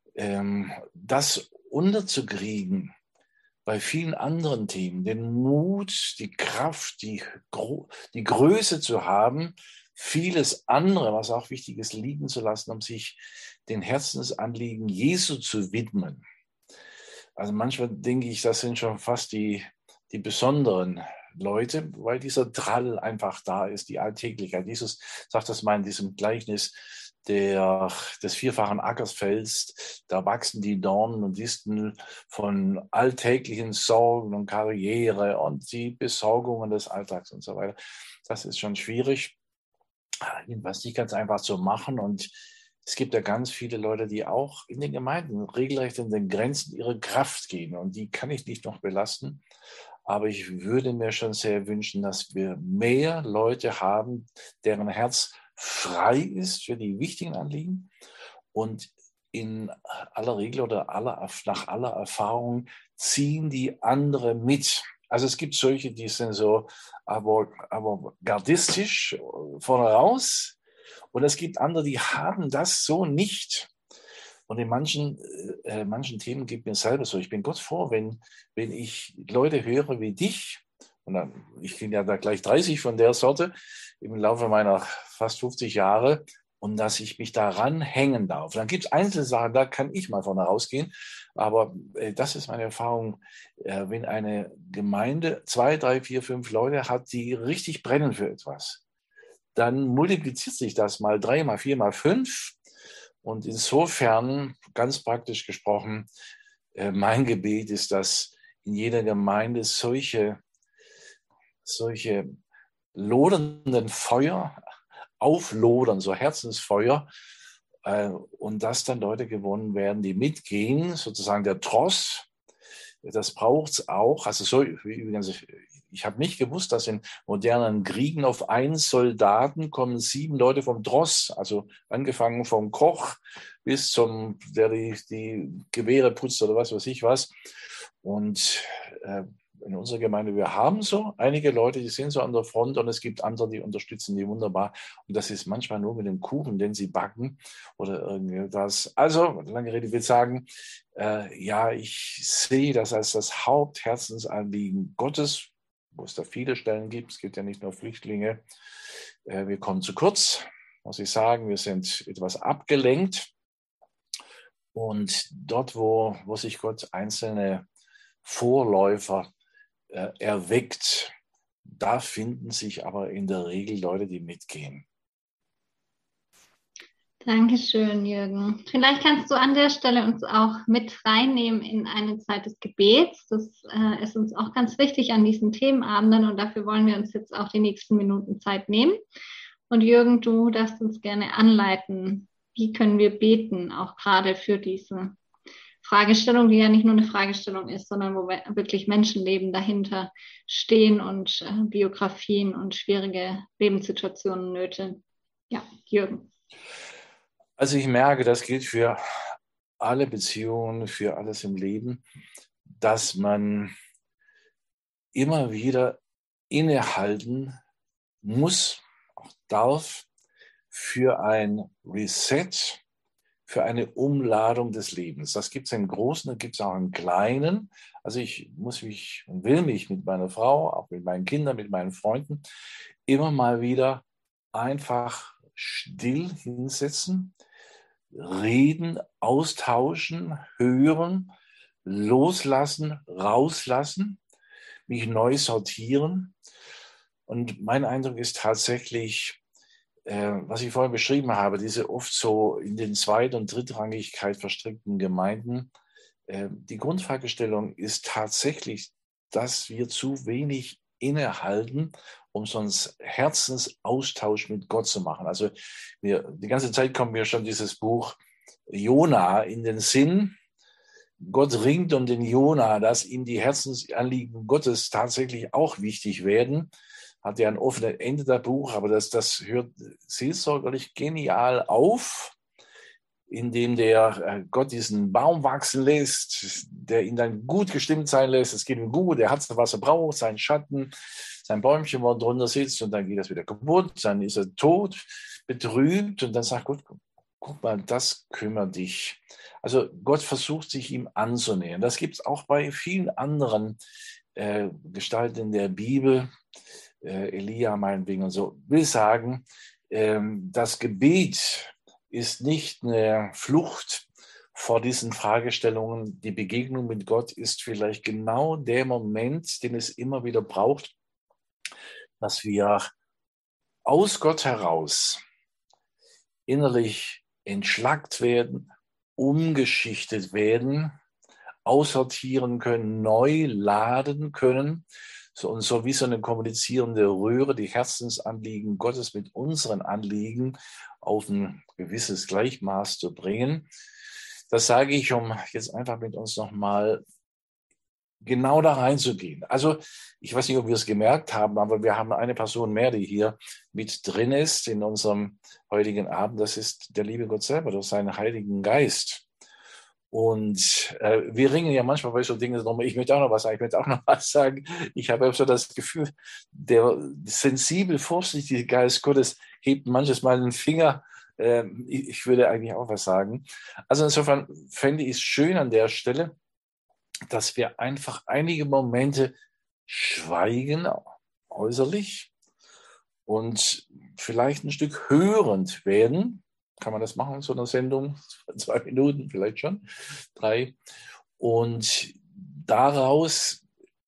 Das unterzukriegen bei vielen anderen Themen, den Mut, die Kraft, die, die Größe zu haben, vieles andere, was auch wichtig ist, liegen zu lassen, um sich den Herzensanliegen Jesu zu widmen. Also manchmal denke ich, das sind schon fast die, die besonderen Leute, weil dieser Drall einfach da ist, die Alltäglichkeit. Jesus sagt das mal in diesem Gleichnis der, des vierfachen Ackersfelds. Da wachsen die Dornen und Disteln von alltäglichen Sorgen und Karriere und die Besorgungen des Alltags und so weiter. Das ist schon schwierig, was nicht ganz einfach zu machen. Und es gibt ja ganz viele Leute, die auch in den Gemeinden regelrecht in den Grenzen ihrer Kraft gehen. Und die kann ich nicht noch belasten. Aber ich würde mir schon sehr wünschen, dass wir mehr Leute haben, deren Herz frei ist für die wichtigen Anliegen und in aller Regel oder aller, nach aller Erfahrung ziehen die andere mit. Also es gibt solche, die sind so avantgardistisch vorne raus und es gibt andere, die haben das so nicht. Und in manchen, äh, manchen Themen geht mir selber so. Ich bin Gott froh, wenn, wenn ich Leute höre wie dich, und dann, ich bin ja da gleich dreißig von der Sorte, im Laufe meiner fast fünfzig Jahre, und dass ich mich daran hängen darf. Dann gibt es einzelne Sachen, da kann ich mal vorne rausgehen, aber äh, das ist meine Erfahrung, äh, wenn eine Gemeinde zwei, drei, vier, fünf Leute hat, die richtig brennen für etwas, dann multipliziert sich das mal drei, mal vier, mal fünf. Und insofern, ganz praktisch gesprochen, äh, mein Gebet ist, dass in jeder Gemeinde solche, solche lodernden Feuer auflodern, so Herzensfeuer, äh, und dass dann Leute gewonnen werden, die mitgehen, sozusagen der Tross. Das braucht es auch. Also so, übrigens, ich, ich habe nicht gewusst, dass in modernen Kriegen auf einen Soldaten kommen sieben Leute vom Tross, also angefangen vom Koch bis zum, der die, die Gewehre putzt oder was weiß ich was. Und äh, in unserer Gemeinde, wir haben so einige Leute, die sind so an der Front und es gibt andere, die unterstützen die wunderbar. Und das ist manchmal nur mit dem Kuchen, den sie backen oder irgendwas. Also, lange Rede, ich will sagen, äh, ja, ich sehe das als das Hauptherzensanliegen Gottes, wo es da viele Stellen gibt. Es gibt ja nicht nur Flüchtlinge. Äh, wir kommen zu kurz, muss ich sagen. Wir sind etwas abgelenkt. Und dort, wo, wo sich Gott einzelne Vorläufer äh, erweckt, da finden sich aber in der Regel Leute, die mitgehen. Dankeschön, Jürgen. Vielleicht kannst du an der Stelle uns auch mit reinnehmen in eine Zeit des Gebets. Das äh, ist uns auch ganz wichtig an diesen Themenabenden und dafür wollen wir uns jetzt auch die nächsten Minuten Zeit nehmen. Und Jürgen, du darfst uns gerne anleiten. Wie können wir beten, auch gerade für diese Fragestellung, die ja nicht nur eine Fragestellung ist, sondern wo wirklich Menschenleben dahinter stehen und äh, Biografien und schwierige Lebenssituationen, Nöte. Ja, Jürgen. Also ich merke, das gilt für alle Beziehungen, für alles im Leben, dass man immer wieder innehalten muss, auch darf, für ein Reset, für eine Umladung des Lebens. Das gibt es im Großen, das gibt es auch im Kleinen. Also ich muss mich und will mich mit meiner Frau, auch mit meinen Kindern, mit meinen Freunden immer mal wieder einfach still hinsetzen, reden, austauschen, hören, loslassen, rauslassen, mich neu sortieren. Und mein Eindruck ist tatsächlich, äh, was ich vorhin beschrieben habe, diese oft so in den Zweit- und Drittrangigkeit verstrickten Gemeinden. Äh, die Grundfragestellung ist tatsächlich, dass wir zu wenig innehalten, um so einen Herzensaustausch mit Gott zu machen. Also wir, die ganze Zeit kommt mir schon dieses Buch Jona in den Sinn. Gott ringt um den Jona, dass ihm die Herzensanliegen Gottes tatsächlich auch wichtig werden. Hat ja ein offenes Ende, der Buch, aber das, das hört seelsorgerlich genial auf. indem der äh, Gott diesen Baum wachsen lässt, der ihn dann gut gestimmt sein lässt. Es geht ihm gut, er hat, was er braucht, seinen Schatten, sein Bäumchen, wo er drunter sitzt, und dann geht das wieder kaputt, dann ist er tot, betrübt, und dann sagt Gott, guck mal, das kümmert dich. Also Gott versucht, sich ihm anzunähern. Das gibt es auch bei vielen anderen äh, Gestalten in der Bibel, äh, Elia meinetwegen und so. Ich will sagen, ähm, das Gebet ist nicht eine Flucht vor diesen Fragestellungen. Die Begegnung mit Gott ist vielleicht genau der Moment, den es immer wieder braucht, dass wir aus Gott heraus innerlich entschlackt werden, umgeschichtet werden, aussortieren können, neu laden können. So, und so wie so eine kommunizierende Röhre, die Herzensanliegen Gottes mit unseren Anliegen auf ein gewisses Gleichmaß zu bringen. Das sage ich, um jetzt einfach mit uns nochmal genau da reinzugehen. Also ich weiß nicht, ob wir es gemerkt haben, aber wir haben eine Person mehr, die hier mit drin ist in unserem heutigen Abend. Das ist der liebe Gott selber durch seinen Heiligen Geist. Und äh, wir ringen ja manchmal bei so Dingen nochmal, ich möchte auch noch was sagen, ich möchte auch noch was sagen. Ich habe so das Gefühl, der sensibel, vorsichtige Geist Gottes hebt manches Mal einen Finger. Äh, ich würde eigentlich auch was sagen. Also insofern fände ich es schön an der Stelle, dass wir einfach einige Momente schweigen, äußerlich, und vielleicht ein Stück hörend werden. Kann man das machen in so einer Sendung? Zwei Minuten, vielleicht schon, drei. Und daraus,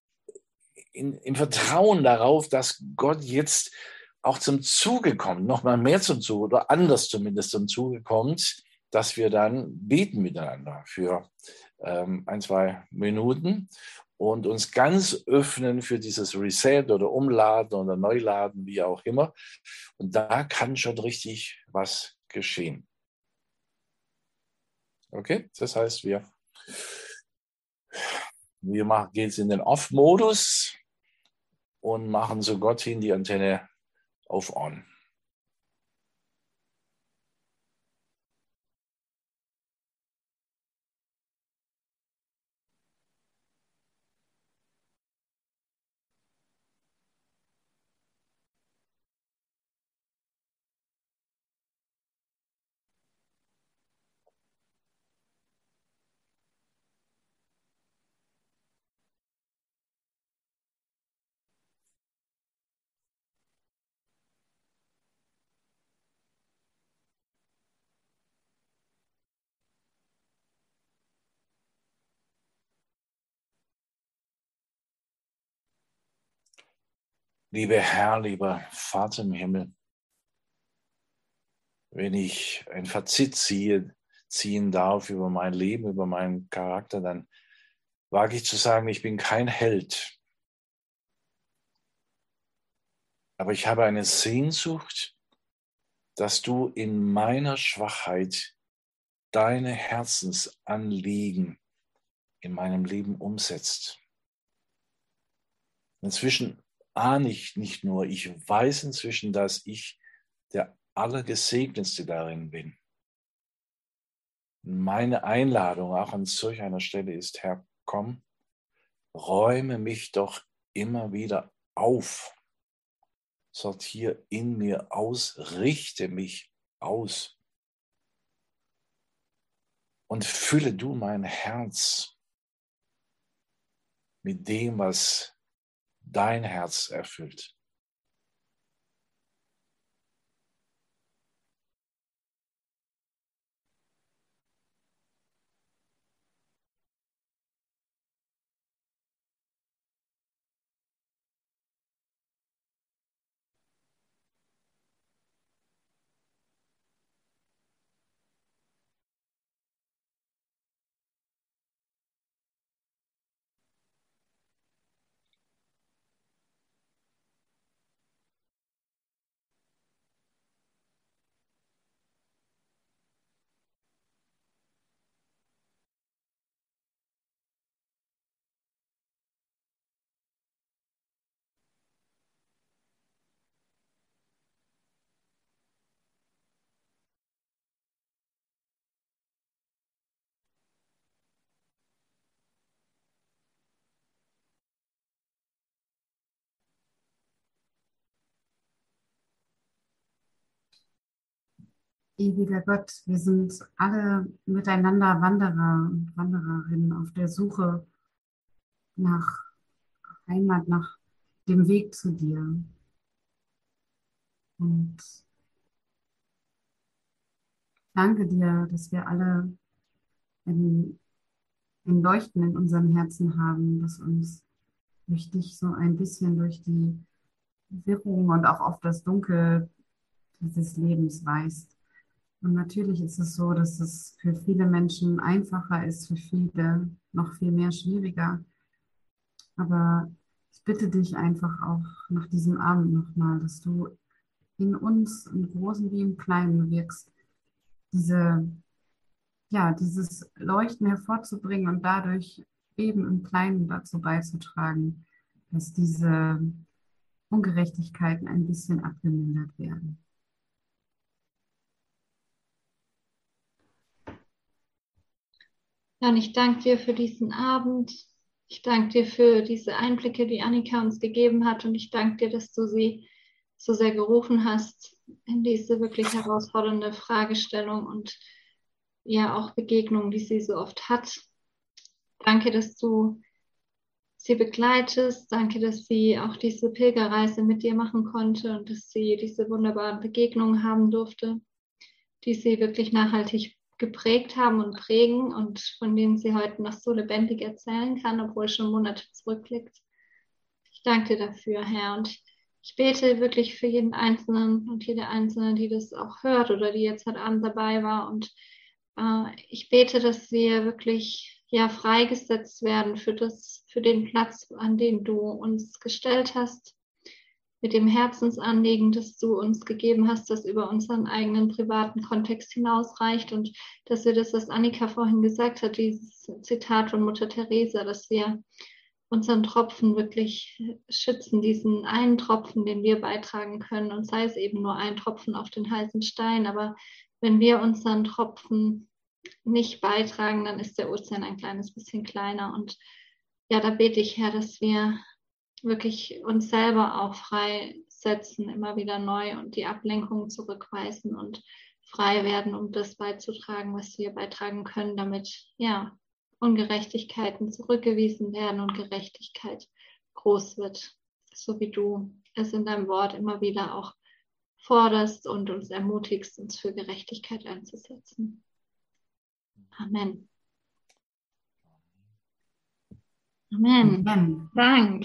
in, im Vertrauen darauf, dass Gott jetzt auch zum Zuge kommt, nochmal mehr zum Zuge, oder anders zumindest zum Zuge kommt, dass wir dann beten miteinander für ähm, ein, zwei Minuten und uns ganz öffnen für dieses Reset oder Umladen oder Neuladen, wie auch immer. Und da kann schon richtig was geschehen. Okay, das heißt, wir, wir machen, gehen jetzt in den Off-Modus und machen so Gott hin die Antenne auf On. Lieber Herr, lieber Vater im Himmel, wenn ich ein Fazit ziehe, ziehen darf über mein Leben, über meinen Charakter, dann wage ich zu sagen, ich bin kein Held. Aber ich habe eine Sehnsucht, dass du in meiner Schwachheit deine Herzensanliegen in meinem Leben umsetzt. Inzwischen ahne ich nicht nur, ich weiß inzwischen, dass ich der Allergesegnetste darin bin. Meine Einladung auch an solch einer Stelle ist, Herr, komm, räume mich doch immer wieder auf, sortiere in mir aus, richte mich aus und fülle du mein Herz mit dem, was dein Herz erfüllt. Ewiger Gott, wir sind alle miteinander Wanderer und Wandererinnen auf der Suche nach Heimat, nach dem Weg zu dir. Und danke dir, dass wir alle ein, ein Leuchten in unserem Herzen haben, das uns durch dich so ein bisschen durch die Wirrung und auch auf das Dunkel dieses Lebens weist. Und natürlich ist es so, dass es für viele Menschen einfacher ist, für viele noch viel mehr schwieriger. Aber ich bitte dich einfach auch nach diesem Abend nochmal, dass du in uns, im Großen wie im Kleinen wirkst, diese, ja, dieses Leuchten hervorzubringen und dadurch eben im Kleinen dazu beizutragen, dass diese Ungerechtigkeiten ein bisschen abgemildert werden. Ja, und ich danke dir für diesen Abend. Ich danke dir für diese Einblicke, die Annika uns gegeben hat. Und ich danke dir, dass du sie so sehr gerufen hast in diese wirklich herausfordernde Fragestellung und ja auch Begegnung, die sie so oft hat. Danke, dass du sie begleitest. Danke, dass sie auch diese Pilgerreise mit dir machen konnte und dass sie diese wunderbaren Begegnungen haben durfte, die sie wirklich nachhaltig geprägt haben und prägen und von denen sie heute noch so lebendig erzählen kann, obwohl es schon Monate zurückliegt. Ich danke dir dafür, Herr, und ich bete wirklich für jeden Einzelnen und jede Einzelne, die das auch hört oder die jetzt heute Abend dabei war, und äh, ich bete, dass wir wirklich ja freigesetzt werden für das, für den Platz, an den du uns gestellt hast, mit dem Herzensanliegen, das du uns gegeben hast, das über unseren eigenen privaten Kontext hinausreicht, und dass wir das, was Annika vorhin gesagt hat, dieses Zitat von Mutter Teresa, dass wir unseren Tropfen wirklich schützen, diesen einen Tropfen, den wir beitragen können, und sei es eben nur ein Tropfen auf den heißen Stein, aber wenn wir unseren Tropfen nicht beitragen, dann ist der Ozean ein kleines bisschen kleiner, und ja, da bete ich, Herr, dass wir wirklich uns selber auch freisetzen, immer wieder neu, und die Ablenkung zurückweisen und frei werden, um das beizutragen, was wir beitragen können, damit ja Ungerechtigkeiten zurückgewiesen werden und Gerechtigkeit groß wird, so wie du es in deinem Wort immer wieder auch forderst und uns ermutigst, uns für Gerechtigkeit einzusetzen. Amen. Amen. Amen. Dank.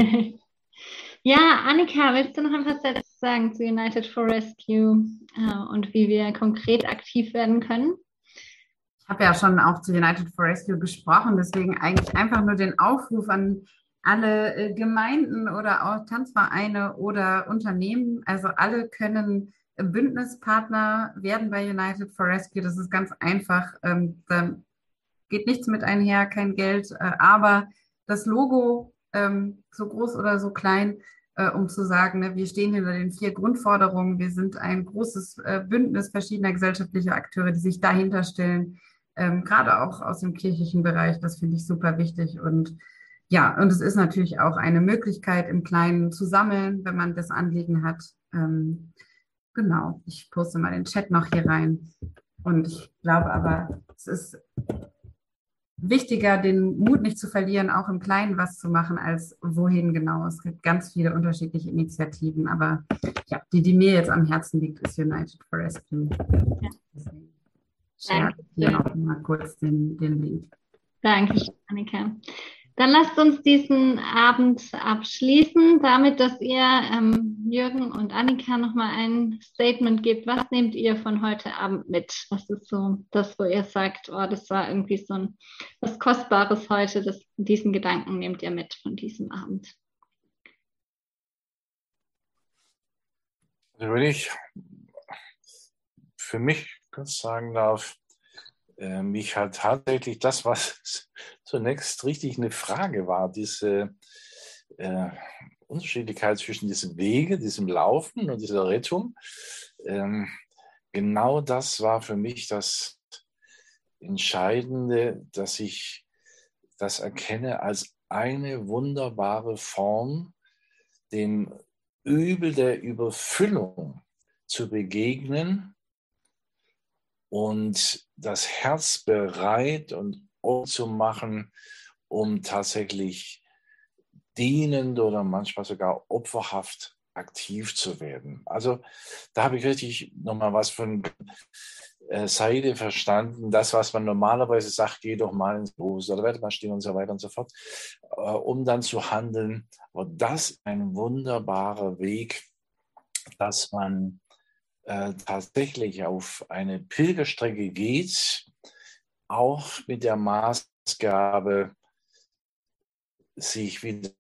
Ja, Annika, willst du noch ein paar Sätze sagen zu United for Rescue äh, und wie wir konkret aktiv werden können? Ich habe ja schon auch zu United for Rescue gesprochen, deswegen eigentlich einfach nur den Aufruf an alle äh, Gemeinden oder auch Tanzvereine oder Unternehmen. Also alle können Bündnispartner werden bei United for Rescue. Das ist ganz einfach. Ähm, da geht nichts mit einher, kein Geld, äh, aber das Logo, ähm, so groß oder so klein, äh, um zu sagen, ne, wir stehen hinter den vier Grundforderungen. Wir sind ein großes äh, Bündnis verschiedener gesellschaftlicher Akteure, die sich dahinter stellen, ähm, gerade auch aus dem kirchlichen Bereich. Das finde ich super wichtig. Und ja, und es ist natürlich auch eine Möglichkeit, im Kleinen zu sammeln, wenn man das Anliegen hat. Ähm, genau, ich poste mal den Chat noch hier rein. Und ich glaube aber, es ist wichtiger, den Mut nicht zu verlieren, auch im Kleinen was zu machen, als wohin genau. Es gibt ganz viele unterschiedliche Initiativen, aber ja, die, die mir jetzt am Herzen liegt, ist United for Rescue. Ja. Deswegen share hier noch mal kurz den, den Link. Danke, Annika. Dann lasst uns diesen Abend abschließen, damit, dass ihr ähm, Jürgen und Annika nochmal ein Statement gebt. Was nehmt ihr von heute Abend mit? Was ist so das, wo ihr sagt, oh, das war irgendwie so ein, was Kostbares heute, das, diesen Gedanken nehmt ihr mit von diesem Abend? Also wenn ich für mich kurz sagen darf, äh, mich halt tatsächlich das, was zunächst richtig eine Frage war, diese äh, Unterschiedlichkeit zwischen diesem Wege, diesem Laufen und dieser Rettung, ähm, genau das war für mich das Entscheidende, dass ich das erkenne als eine wunderbare Form, dem Übel der Überfüllung zu begegnen, und das Herz bereit und offen zu machen, um tatsächlich dienend oder manchmal sogar opferhaft aktiv zu werden. Also da habe ich richtig nochmal was von äh, Seite verstanden. Das, was man normalerweise sagt, geh doch mal ins Berufs- oder werde mal stehen und so weiter und so fort, äh, um dann zu handeln. Und das ist ein wunderbarer Weg, dass man äh, tatsächlich auf eine Pilgerstrecke geht, auch mit der Maßgabe, sich wieder.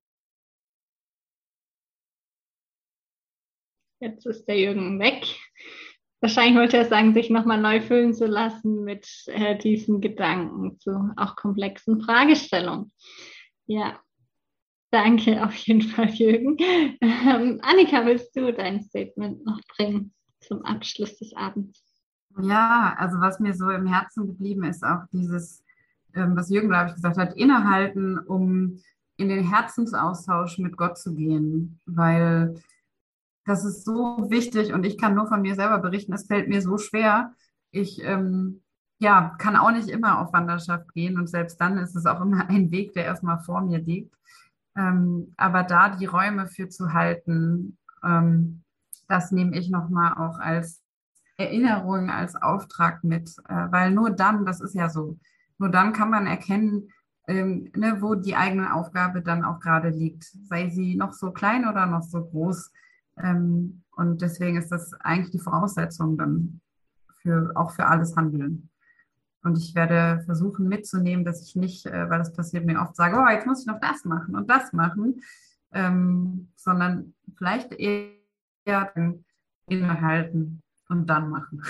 Jetzt ist der Jürgen weg. Wahrscheinlich wollte er sagen, sich nochmal neu füllen zu lassen mit äh, diesen Gedanken zu auch komplexen Fragestellungen. Ja, danke auf jeden Fall, Jürgen. Ähm, Annika, willst du dein Statement noch bringen zum Abschluss des Abends? Ja, also was mir so im Herzen geblieben ist, auch dieses, ähm, was Jürgen, glaube ich, gesagt hat, innehalten, um in den Herzensaustausch mit Gott zu gehen, weil das ist so wichtig und ich kann nur von mir selber berichten, es fällt mir so schwer. Ich ähm, ja, kann auch nicht immer auf Wanderschaft gehen und selbst dann ist es auch immer ein Weg, der erstmal vor mir liegt. Ähm, aber da die Räume für zu halten, ähm, das nehme ich nochmal auch als Erinnerung, als Auftrag mit, äh, weil nur dann, das ist ja so, nur dann kann man erkennen, ähm, ne, wo die eigene Aufgabe dann auch gerade liegt, sei sie noch so klein oder noch so groß. Ähm, und deswegen ist das eigentlich die Voraussetzung dann für, auch für alles Handeln. Und ich werde versuchen mitzunehmen, dass ich nicht, äh, weil das passiert mir oft, sage, oh, jetzt muss ich noch das machen und das machen, ähm, sondern vielleicht eher innehalten und dann machen.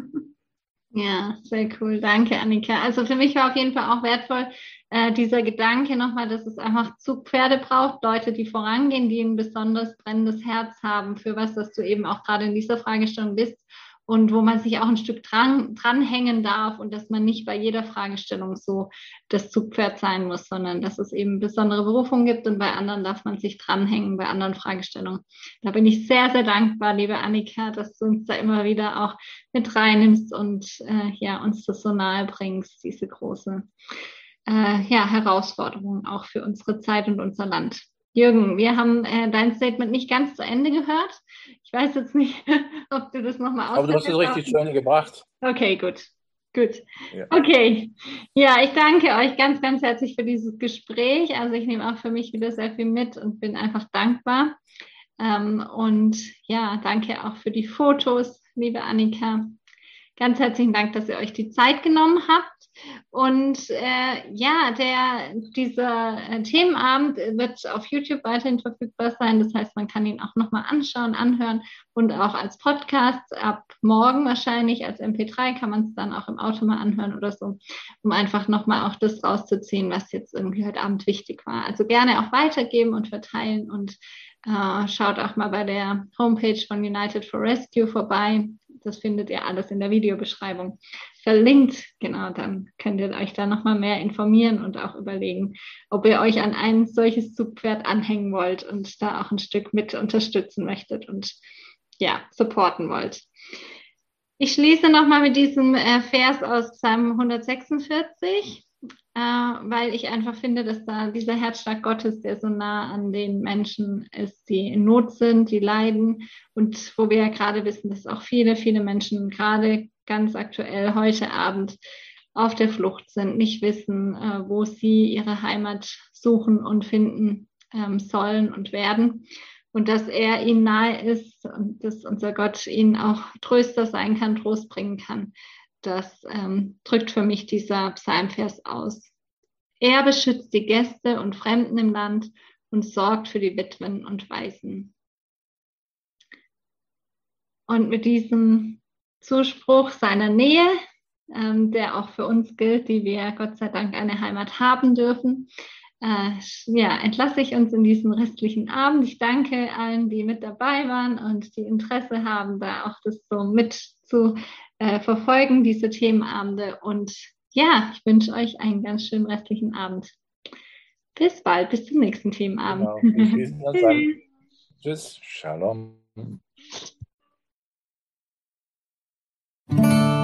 Ja, sehr cool. Danke, Annika. Also für mich war auf jeden Fall auch wertvoll, äh, dieser Gedanke nochmal, dass es einfach Zugpferde braucht, Leute, die vorangehen, die ein besonders brennendes Herz haben für was, das du eben auch gerade in dieser Fragestellung bist und wo man sich auch ein Stück dran, dranhängen darf und dass man nicht bei jeder Fragestellung so das Zugpferd sein muss, sondern dass es eben besondere Berufung gibt und bei anderen darf man sich dranhängen, bei anderen Fragestellungen. Da bin ich sehr, sehr dankbar, liebe Annika, dass du uns da immer wieder auch mit reinnimmst und äh, ja, uns das so nahe bringst, diese große äh, ja, Herausforderung auch für unsere Zeit und unser Land. Jürgen, wir haben äh, dein Statement nicht ganz zu Ende gehört. Ich weiß jetzt nicht, ob du das nochmal Aber du hast es richtig zu Ende gebracht. Okay, gut. Gut. Ja. Okay. Ja, ich danke euch ganz, ganz herzlich für dieses Gespräch. Also ich nehme auch für mich wieder sehr viel mit und bin einfach dankbar. Ähm, und ja, danke auch für die Fotos, liebe Annika. Ganz herzlichen Dank, dass ihr euch die Zeit genommen habt. Und äh, ja, der, dieser äh, Themenabend wird auf YouTube weiterhin verfügbar sein. Das heißt, man kann ihn auch nochmal anschauen, anhören und auch als Podcast ab morgen wahrscheinlich als M P drei kann man es dann auch im Auto mal anhören oder so, um einfach nochmal auch das rauszuziehen, was jetzt irgendwie heute Abend wichtig war. Also gerne auch weitergeben und verteilen und äh, schaut auch mal bei der Homepage von United for Rescue vorbei. Das findet ihr alles in der Videobeschreibung verlinkt. Genau, dann könnt ihr euch da nochmal mehr informieren und auch überlegen, ob ihr euch an ein solches Zugpferd anhängen wollt und da auch ein Stück mit unterstützen möchtet und ja, supporten wollt. Ich schließe nochmal mit diesem äh, Vers aus Psalm hundertsechsundvierzig, äh, weil ich einfach finde, dass da dieser Herzschlag Gottes, der so nah an den Menschen ist, die in Not sind, die leiden und wo wir ja gerade wissen, dass auch viele, viele Menschen gerade ganz aktuell heute Abend auf der Flucht sind, nicht wissen, äh, wo sie ihre Heimat suchen und finden ähm, sollen und werden. Und dass er ihnen nahe ist und dass unser Gott ihnen auch Tröster sein kann, Trost bringen kann. Das ähm, drückt für mich dieser Psalmvers aus. Er beschützt die Gäste und Fremden im Land und sorgt für die Witwen und Waisen. Und mit diesem Zuspruch seiner Nähe, ähm, der auch für uns gilt, die wir Gott sei Dank eine Heimat haben dürfen, äh, ja, entlasse ich uns in diesen restlichen Abend. Ich danke allen, die mit dabei waren und die Interesse haben, da auch das so mit zu äh, verfolgen, diese Themenabende. Und ja, ich wünsche euch einen ganz schönen restlichen Abend. Bis bald, bis zum nächsten Themenabend. Genau. Wir schließen uns an. Tschüss, Shalom.